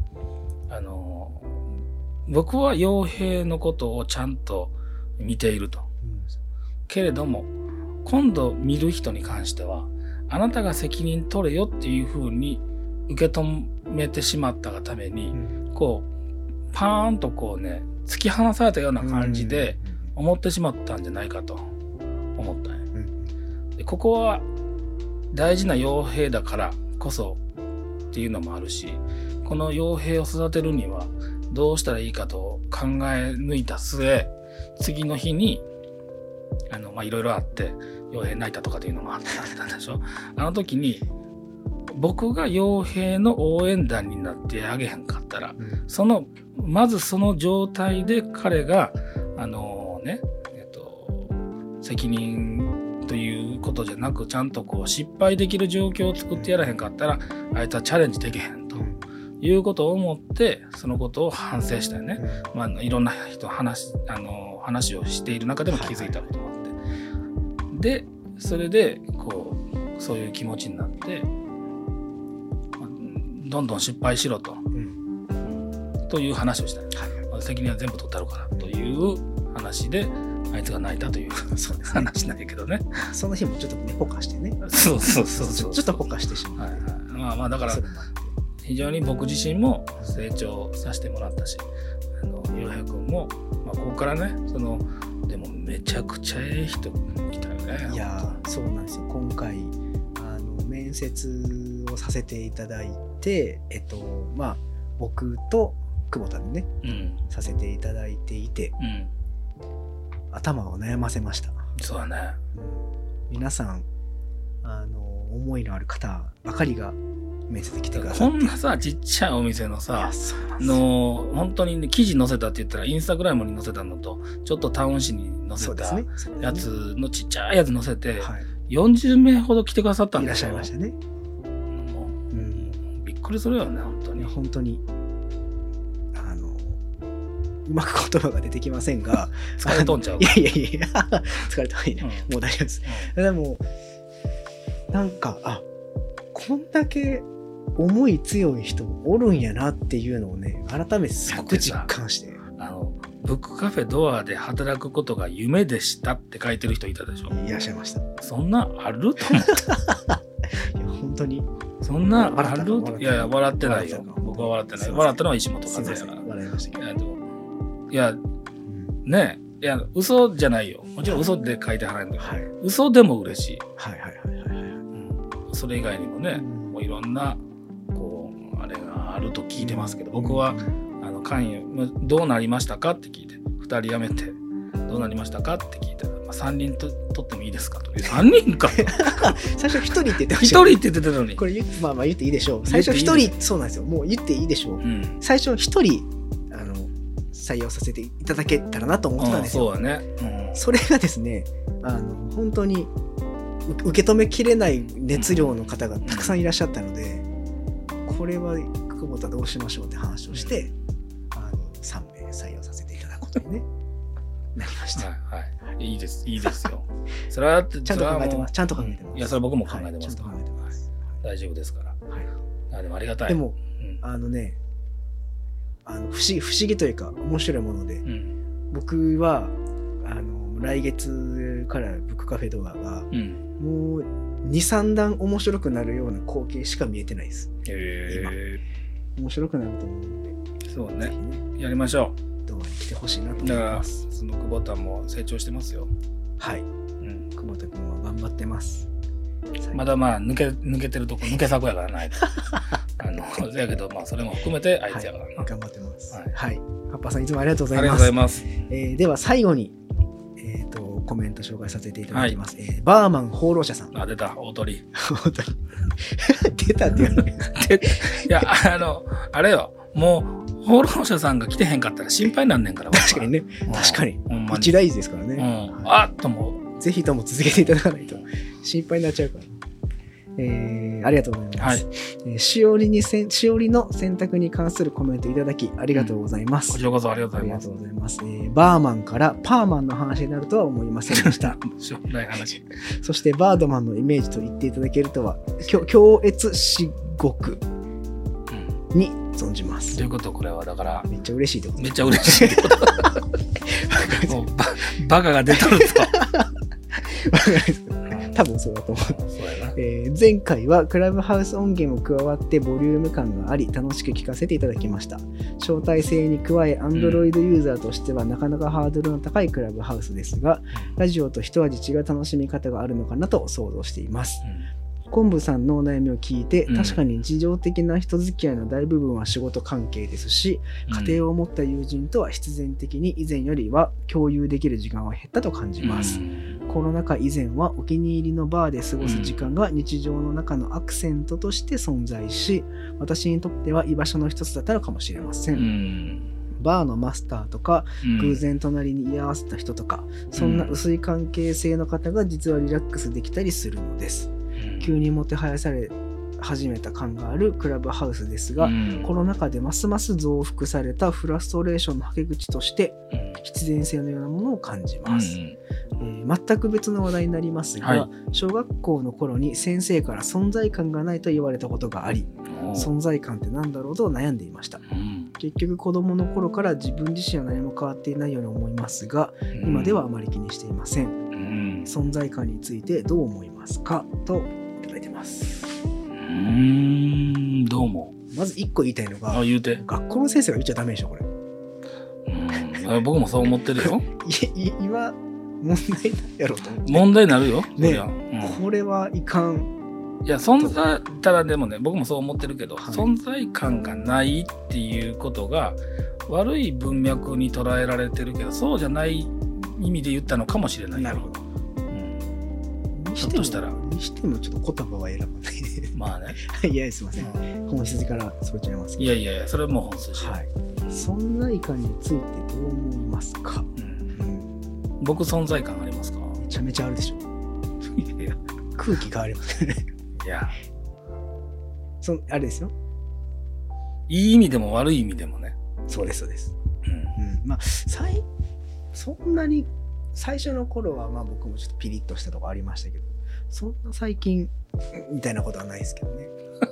僕は傭兵のことをちゃんと見ていると、けれども今度見る人に関してはあなたが責任取れよっていうふうに受け止めてしまったがために、こうパーンとこうね突き放されたような感じで思ってしまったんじゃないかと思ったんや、でここは大事な傭兵だからこそっていうのもあるし、この傭兵を育てるにはどうしたらいいかと考え抜いた末、次の日にいろいろあって傭兵泣いたとかっていうのもあったんでしょ。あの時に僕が傭兵の応援団になってあげへんかったら、まずその状態で彼が責任ということじゃなく、ちゃんとこう失敗できる状況を作ってやらへんかったらあいつはチャレンジできへんということを思って、そのことを反省したよね。いろんな人話をしている中でも気づいたことがあって、でそれでこうそういう気持ちになって、どんどん失敗しろと、という話をした、責任は全部取ってあるからという話であいつが泣いたという話なんやけどね。 その日もちょっとねポカしてね。 そうちょっとポカしてしまう。 だから非常に僕自身も成長させてもらったし、岩平君も、ここからねでもめちゃくちゃええ人来たよね。 いやそうなんですよ。今回面接をさせていただいて僕と久保田でね、させていただいていて、頭を悩ませました。 そうだね、 皆さん思いのある方ばかりが面接で来てくださって、 こんなさちっちゃいお店のさ本当に、ね、記事載せたって言ったらインスタグラムに載せたのとちょっとタウン誌に載せたやつのちっちゃいやつ載せて、40名ほど来てくださったんですよ。 いらっしゃいましたね。 びっくりするよね本当にうまく言葉が出てきませんが疲れとんちゃういや疲れたはいいね、もう大丈夫です。でもなんかこんだけ思い強い人おるんやなっていうのをね改めてすごく実感して、 ブックカフェドアで働くことが夢でしたって書いてる人いたでしょ。 いらっしゃいました。 そんなあると思っていや本当にそんなある。いや笑ってないよ。僕は笑ってない。笑ったのは石本和也だから。 笑いましたけど。 いやねえ、いや嘘じゃないよ。もちろん嘘で書いてはらんだけど、嘘でも嬉しい。それ以外にもね、もういろんなあれがあると聞いてますけど、僕は関与どうなりましたかって聞いて、2人辞めてどうなりましたかって聞いて、3人取ってもいいですかと。3人か最初1人って言ってました、 1人って言ってたのに、 これ言っていいでしょう。最初1人、そうなんですよ。もう言っていいでしょう。最初1人採用させていただけたらなと思ってたんですよ。 そうだね。 それがですね、本当に受け止めきれない熱量の方がたくさんいらっしゃったので、これは久保田どうしましょうって話をして、3名採用させていただくことに、ね、なりました。 いいですよ。それはちゃんと考えてます。 いやそれは僕も考えてますから、大丈夫ですから。でもありがたい。 でも不思議というか面白いもので、僕は来月からブックカフェドアが、もう 2,3 段面白くなるような光景しか見えてないです。今面白くなると思うので、 そうね、やりましょう。ドアに来てほしいなと思います。 だからその久保田も成長してますよ。 はい、久保田君は頑張ってます。 まだ抜けてるとこ抜け作やからないやけどそれも含めてあいつやからな、 頑張ってます。はい、ハッパーさんいつもありがとうございます。 ありがとうございます。 では最後にコメント紹介させていただきます。バーマン放浪者さん。 出た、大鳥出たっていうのいやあれよ、もう放浪者さんが来てへんかったら心配なんねんから。 確かにね、確かに一大事ですからね。 ともぜひとも続けていただかないと心配になっちゃうから。ありがとうございます。しおりの選択に関するコメントいただきありがとうございます。 こちらこそありがとうございます。 バーマンからパーマンの話になるとは思いませんでした。そしてバードマンのイメージと言っていただけるとは強越至極に存じます。 ということこれはだからめっちゃ嬉しいってこと。 めっちゃ嬉しいってこと。バカが出とると。 多分そうだと思う。前回はクラブハウス音源も加わってボリューム感があり楽しく聞かせていただきました。招待制に加え Android ユーザーとしてはなかなかハードルの高いクラブハウスですが、ラジオと一味違う楽しみ方があるのかなと想像しています。昆布さんのお悩みを聞いて、確かに日常的な人付き合いの大部分は仕事関係ですし、家庭を持った友人とは必然的に以前よりは共有できる時間は減ったと感じます。コロナ禍以前はお気に入りのバーで過ごす時間が日常の中のアクセントとして存在し、私にとっては居場所の一つだったのかもしれません。バーのマスターとか、偶然隣に居合わせた人とか、そんな薄い関係性の方が実はリラックスできたりするのです。急にもてはやされ始めた感があるクラブハウスですが、コロナ禍でますます増幅されたフラストレーションのはけ口として必然性のようなものを感じます。全く別の話題になりますが、小学校の頃に先生から存在感がないと言われたことがあり、存在感って何だろうと悩んでいました。結局子供の頃から自分自身は何も変わっていないように思いますが、今ではあまり気にしていません。存在感についてどう思いますかといただいてます。 どうもまず1個言いたいのが、 言うて。 学校の先生が言っちゃダメでしょ、これ。 僕もそう思ってるよ。 今、問題やろうと思って。 問題になるよ。 ね、これはいかん。 いや、ただでもね、僕もそう思ってるけど、存在感がないっていうことが、悪い文脈に捉えられてるけど、そうじゃない意味で言ったのかもしれない。 なるほど。 ひょっとしたら。 にしてもちょっと言葉は選ばないで。 まあね。 いや、すいません。本筋からそれちゃいますけど。いや、それも本筋。 はい。存在感についてどう思いますか？ 僕、存在感ありますか？ めちゃめちゃあるでしょ。いや、空気変わりますね。 いや。 あれですよ。 いい意味でも悪い意味でもね。 そうです、そうです。まあ、そんなに、最初の頃はまあ僕もちょっとピリッとしたとこありましたけど、そんな最近みたいなことはないですけどね。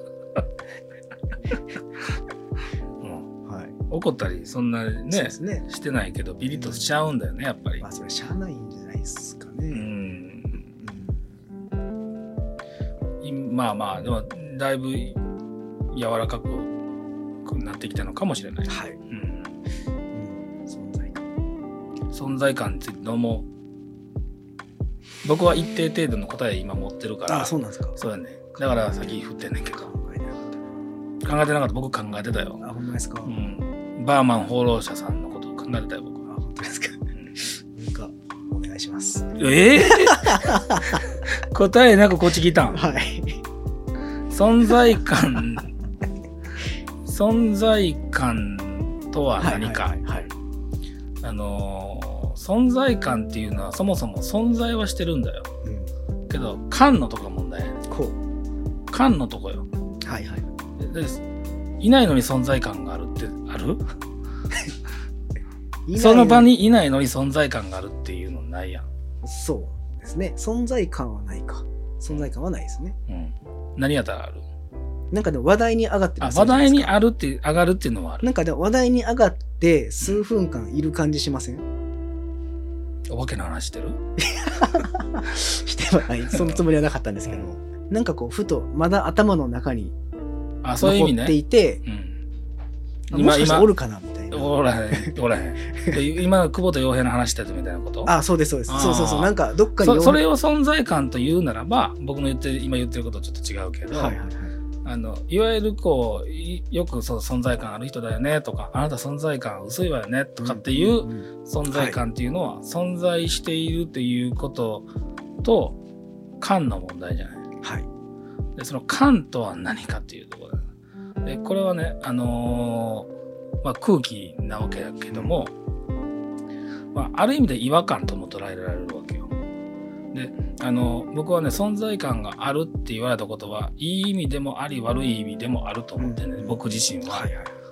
はい、怒ったりそんなねしてないけどピリッとしちゃうんだよね、やっぱり。 まあそれしゃあないんじゃないですかね。 まあでもだいぶ柔らかくなってきたのかもしれない。 はい。 存在感についてどうも僕は一定程度の答え今持ってるから。 あ、そうなんですか。 そうやね。だから先振ってんねんけど。考えてなかった。僕考えてたよ。 あ、ほんまですか。 バーマン放浪者さんのことを考えてたよ、僕は。 あ、本当ですか。なんかお願いします。 答えなくこっち来たん。 はい。 存在感とは何か。存在感っていうのはそもそも存在はしてるんだよ。けど感のとこが問題やね。感のとこよ。 はいはい。 いないのに存在感があるってある？その場にいないのに存在感があるっていうのないやん。 そうですね。存在感はないか。存在感はないですね。 何やったらある？ なんかでも話題に上がってます。話題に上がるっていうのはある。 なんかでも話題に上がって数分間いる感じしません？ お化けの話してる？ してはない。そのつもりはなかったんですけど、なんかこうふとまだ頭の中に残っていて、もしかしておるかなみたいな。 おらへん。今久保田洋平の話したみたいなこと？ あ、そうです。そうなんかどっかにそれを存在感と言うならば、僕の今言ってることはちょっと違うけど。いわゆるこうよく存在感ある人だよねとか、あなた存在感薄いわよねとかっていう存在感っていうのは存在しているっていうことと感の問題じゃない。 はい。 でその感とは何かっていうところだ。でこれはね空気なわけだけども、ある意味で違和感とも捉えられるわけよ。で僕はね存在感があるって言われたことはいい意味でもあり悪い意味でもあると思ってね、僕自身は、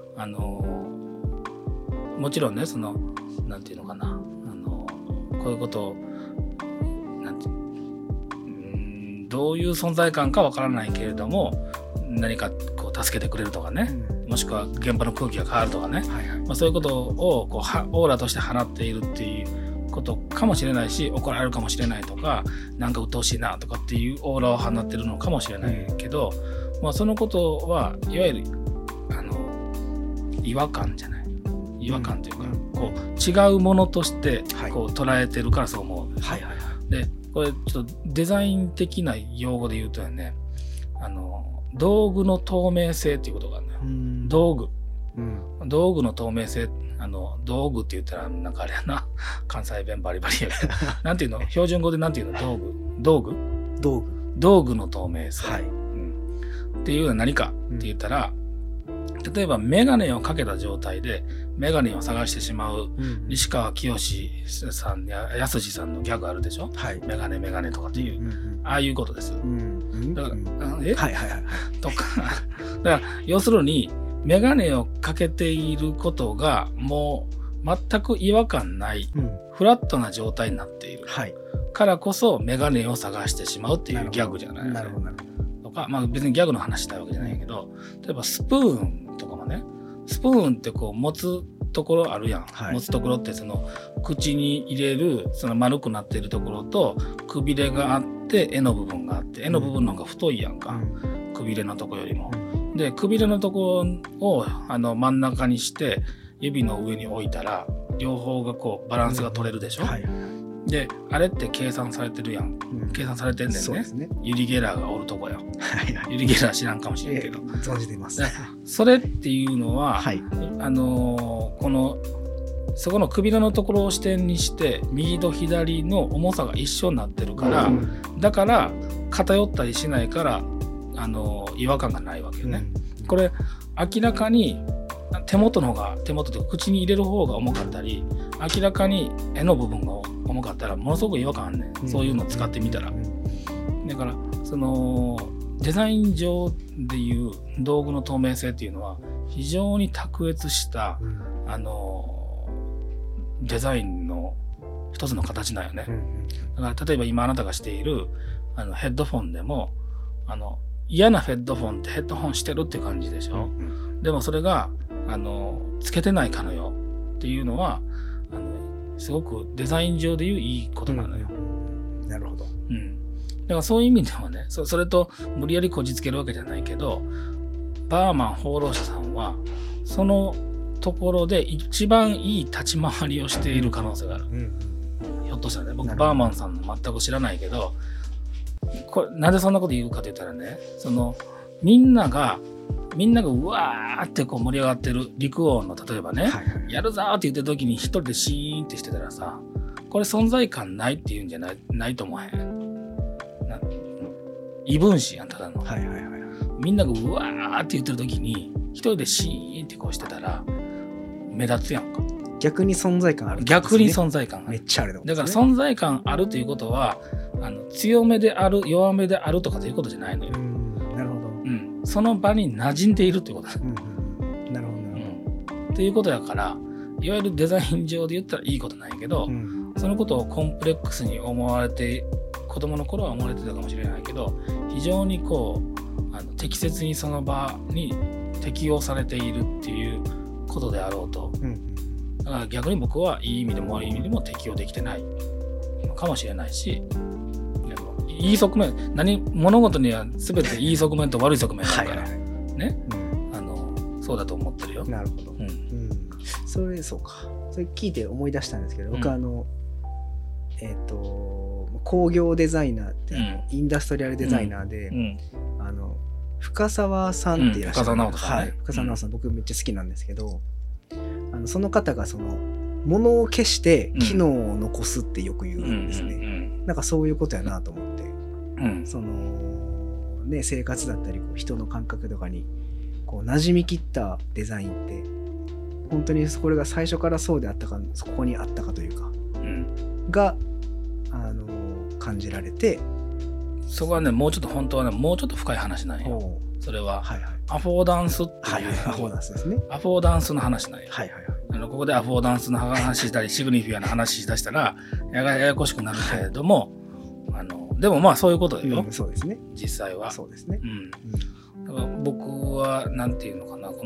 もちろんねなんていうのかなこういうことをどういう存在感かわからないけれども何かこう助けてくれるとかね、もしくは現場の空気が変わるとかね、そういうことをこうオーラとして放っているっていうことかもしれないし、怒られるかもしれないとか、なんか鬱陶しいなとかっていうオーラを放ってるのかもしれないけど、そのことはいわゆる違和感じゃない、違和感というか、こう違うものとしてこう捉えてるからそう思うんです。でこれちょっとデザイン的な用語で言うとね、道具の透明性っていうことがあるのよ。道具の透明性、道具って言ったらなんかあれやな、関西弁バリバリやけどなんていうの、標準語でなんていうの、道具の透明性、っていうのは何かって言ったら、例えばメガネをかけた状態でメガネを探してしまう、西川きよしさんややすしさんのギャグあるでしょ、メガネとかっていう、ああいうことです。だからとかだから要するにメガネをかけていることがもう全く違和感ない、フラットな状態になっている、からこそメガネを探してしまうっていうギャグじゃない。 なるほど。 とか、別にギャグの話したいわけじゃないけど、例えばスプーンとかもね、スプーンってこう持つところあるやん、持つところってその口に入れるその丸くなっているところとくびれがあって柄の部分があって、柄の部分の方が太いやんか、くびれのとこよりも。 でくびれのところを真ん中にして指の上に置いたら両方がこうバランスが取れるでしょ、はい、であれって計算されてるやん、計算されてんだよ ね、ユリ・ゲラーがおるとこよ、はいはい、ユリ・ゲラー知らんかもしれんけど、 存じています。 それっていうのは、はい、そこのくびれのところを視点にして右と左の重さが一緒になってるから、だから偏ったりしないから違和感がないわけよね、これ明らかに手元というか口に入れる方が重かったり明らかに柄の部分が重かったらものすごく違和感あんねん、そういうのを使ってみたら、だからデザイン上でいう道具の透明性っていうのは非常に卓越した、デザインの一つの形だよね、だから例えば今あなたがしているヘッドフォンでも嫌なヘッドフォンってヘッドフォンしてるって感じでしょ、でもそれがつけてないかのよっていうのはすごくデザイン上でいういいことなのよ、 なるほど、 だからそういう意味ではね、それと無理やりこじつけるわけじゃないけどバーマン放浪者さんはそのところで一番いい立ち回りをしている可能性がある、ひょっとしたらね、僕バーマンさんの全く知らないけどこれなんでそんなこと言うかと言ったらね、みんながうわーってこう盛り上がってる陸王の例えばね、やるぞーって言ってる時に一人でシーンってしてたらさ、これ存在感ないっていうんじゃないと思わへん。異分子やんただの、みんながうわーって言ってる時に一人でシーンってこうしてたら目立つやんか。 逆に存在感ある、 逆に存在感ある、 めっちゃある、 だから存在感あるということは強めである弱めであるとかということじゃないのよ。 なるほど、 その場に馴染んでいるということだ、 なるほど、 っていうことやから、いわゆるデザイン上で言ったらいいことなんやけど、そのことをコンプレックスに思われて子供の頃は思われてたかもしれないけど、非常にこう適切にその場に適応されているっていうことであろうと、だから逆に僕はいい意味でも悪い意味でも適応できてないのかもしれないし、いい側面、物事には全ていい側面と悪い側面があるからね、そうだと思ってるよ。 なるほど、そうか、それ聞いて思い出したんですけど、僕工業デザイナーって、インダストリアルデザイナーで、深澤さんっていらっしゃる、深澤直人さんね、深澤直人さん、僕めっちゃ好きなんですけど、その方が物を消して機能を残すってよく言うんですね、なんかそういうことやなと思って、生活だったり人の感覚とかにこう馴染みきったデザインって本当にこれが最初からそうであったか、そこにあったかというか、が感じられて、 そこはね、もうちょっと本当はね、もうちょっと深い話なんよ。それは、アフォーダンスっていう、 アフォーダンスですね。 アフォーダンスの話なんよ。ここでアフォーダンスの話したりシグニフィアの話しだしたらややこしくなるけれども、でもまあそういうことよ、 そうですね、 実際は。 そうですね、 だから僕はなんていうのかな、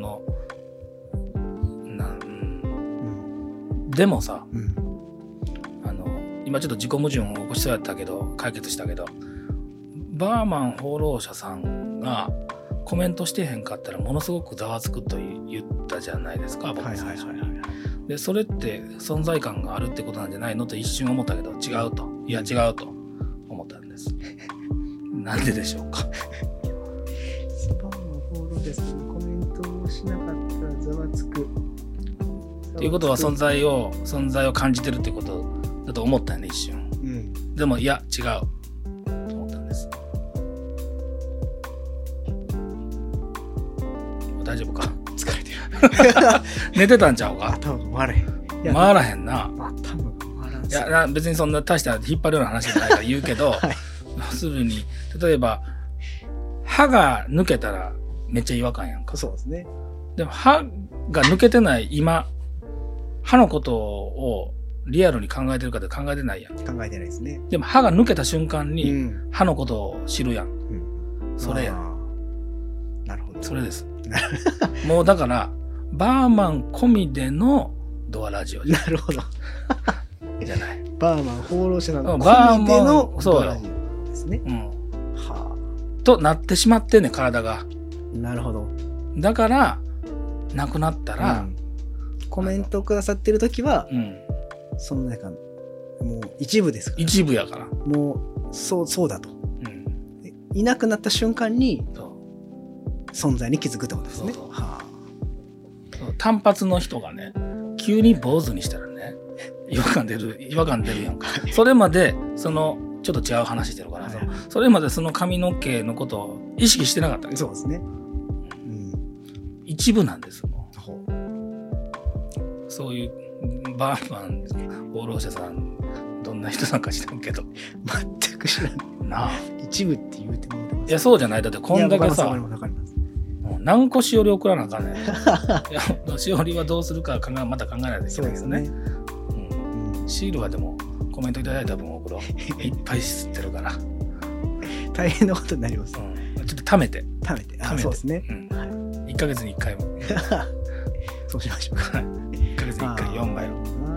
でもさ、今ちょっと自己矛盾を起こしそうやったけど解決したけど、バーマン放浪者さんがコメントしてへんかったらものすごくざわつくと言ったじゃないですか、僕最初に。でそれって存在感があるってことなんじゃないのと一瞬思ったけど、違うと、いや違うと思ったんです。なんででしょうか。 バーマン放浪者さんにコメントをしなかったらざわつくということは存在を感じてるってことだと思ったよね、一瞬。でもいや違うと思ったんです。大丈夫か。 疲れてる。 寝てたんちゃうか。 頭が回らへん。 回らへんな。 頭が回らん。 いや別にそんな大した引っ張るような話じゃないから言うけど、要するに例えば歯が抜けたらめっちゃ違和感やんか。 そうですね。 でも歯が抜けてない今、歯のことをリアルに考えてるかって考えてないやん。 考えてないですね。 でも歯が抜けた瞬間に歯のことを知るやん。それやん。 なるほど。 それです。もうだからバーマン込みでのドアラジオじゃなるほど。 じゃない。 バーマン放浪者の込みでのドアラジオですね。 はあ。となってしまってんね、体が。 なるほど。 だから亡くなったら、 コメントくださってる時は、そのなんかもう一部ですから、 一部やからもうそうだと、いなくなった瞬間に存在に気づくってことですね。 単発の人がね急に坊主にしたらね違和感出るやんかそれまでちょっと違う話してるからさ、それまでその髪の毛のことを意識してなかったけど、 そうですね、 一部なんですもん。そういうバーマン放浪者さんどんな人なんか知らんけど全く知らんなあ。一部って言うてもらってます。 いやそうじゃない。だってこんだけさ何個しおり送らなあかんねんしおりはどうするかまた考えないといけないけどね。シールはでもコメントいただいた分送ろういっぱい吸ってるから大変なことになります、 ちょっと貯めてそうですね、 1ヶ月に1回もそうしましょうか 1ヶ月に1回4枚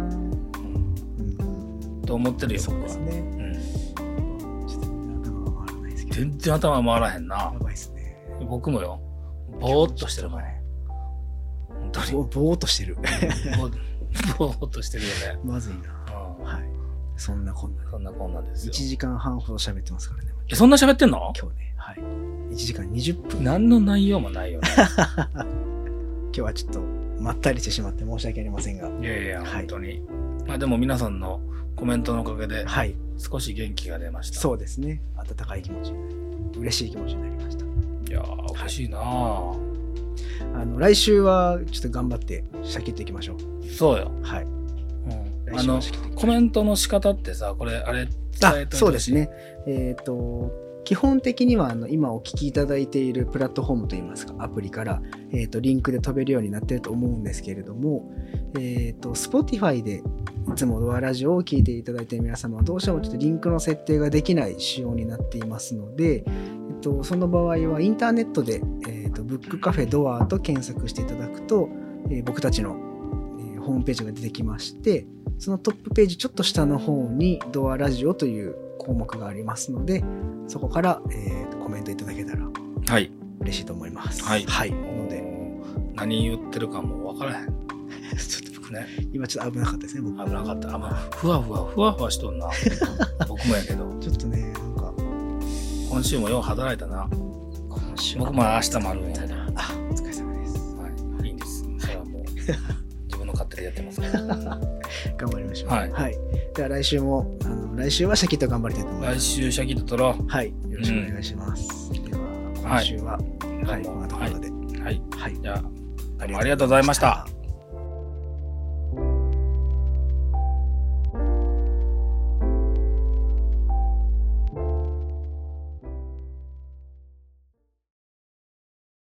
と思ってるよ。 そうですね、ちょっと頭が回らないですけど。 全然頭回らへんな。 やばいですね。 僕もよぼーっとしてるからね。本当にぼーっとしてるぼーっとしてるよね。 まずいな。はい。そんなこんなですよ。1時間半ほど喋ってますからね。 そんな喋ってんの？ 今日ね。はい。1時間20分。 何の内容もないよね。 今日はちょっとまったりしてしまって申し訳ありませんが。 いや、本当に。まあでも皆さんのコメントのおかげで少し元気が出ました。 そうですね。温かい気持ちになり、嬉しい気持ちになりました。 いやー嬉しいなぁ。 来週はちょっと頑張ってシャキッといきましょう。 そうよ。 はい。 コメントの仕方ってさ、これあれ伝えといてほしい。 そうですね。基本的には今お聞きいただいているプラットフォームといいますかアプリから、リンクで飛べるようになっていると思うんですけれども、Spotify でいつもドアラジオを聞いていただいている皆様はどうしてもちょっとリンクの設定ができない仕様になっていますので、その場合はインターネットで、ブックカフェドアと検索していただくと、僕たちの、ホームページが出てきまして、そのトップページちょっと下の方にドアラジオという項目がありますので、そこから、コメントいただけたら嬉しいと思います。 はい。 はい。ので何言ってるかもわからへん。 ちょっと僕ね、今ちょっと危なかったですね。僕危なかった。ふわふわしとんな。僕もやけど。 ちょっとね、なんか今週もよう働いたな。僕も明日もあるんやけど。 お疲れ様です。 はい。いいんです。それはもう自分の勝手でやってますから。 頑張りましょう。 はい。 では来週も来週はシャキッと頑張りたいと思います。 来週シャキッと撮ろう。 はい。よろしくお願いします。では今週はこんなところで。 はい。じゃあありがとうございました。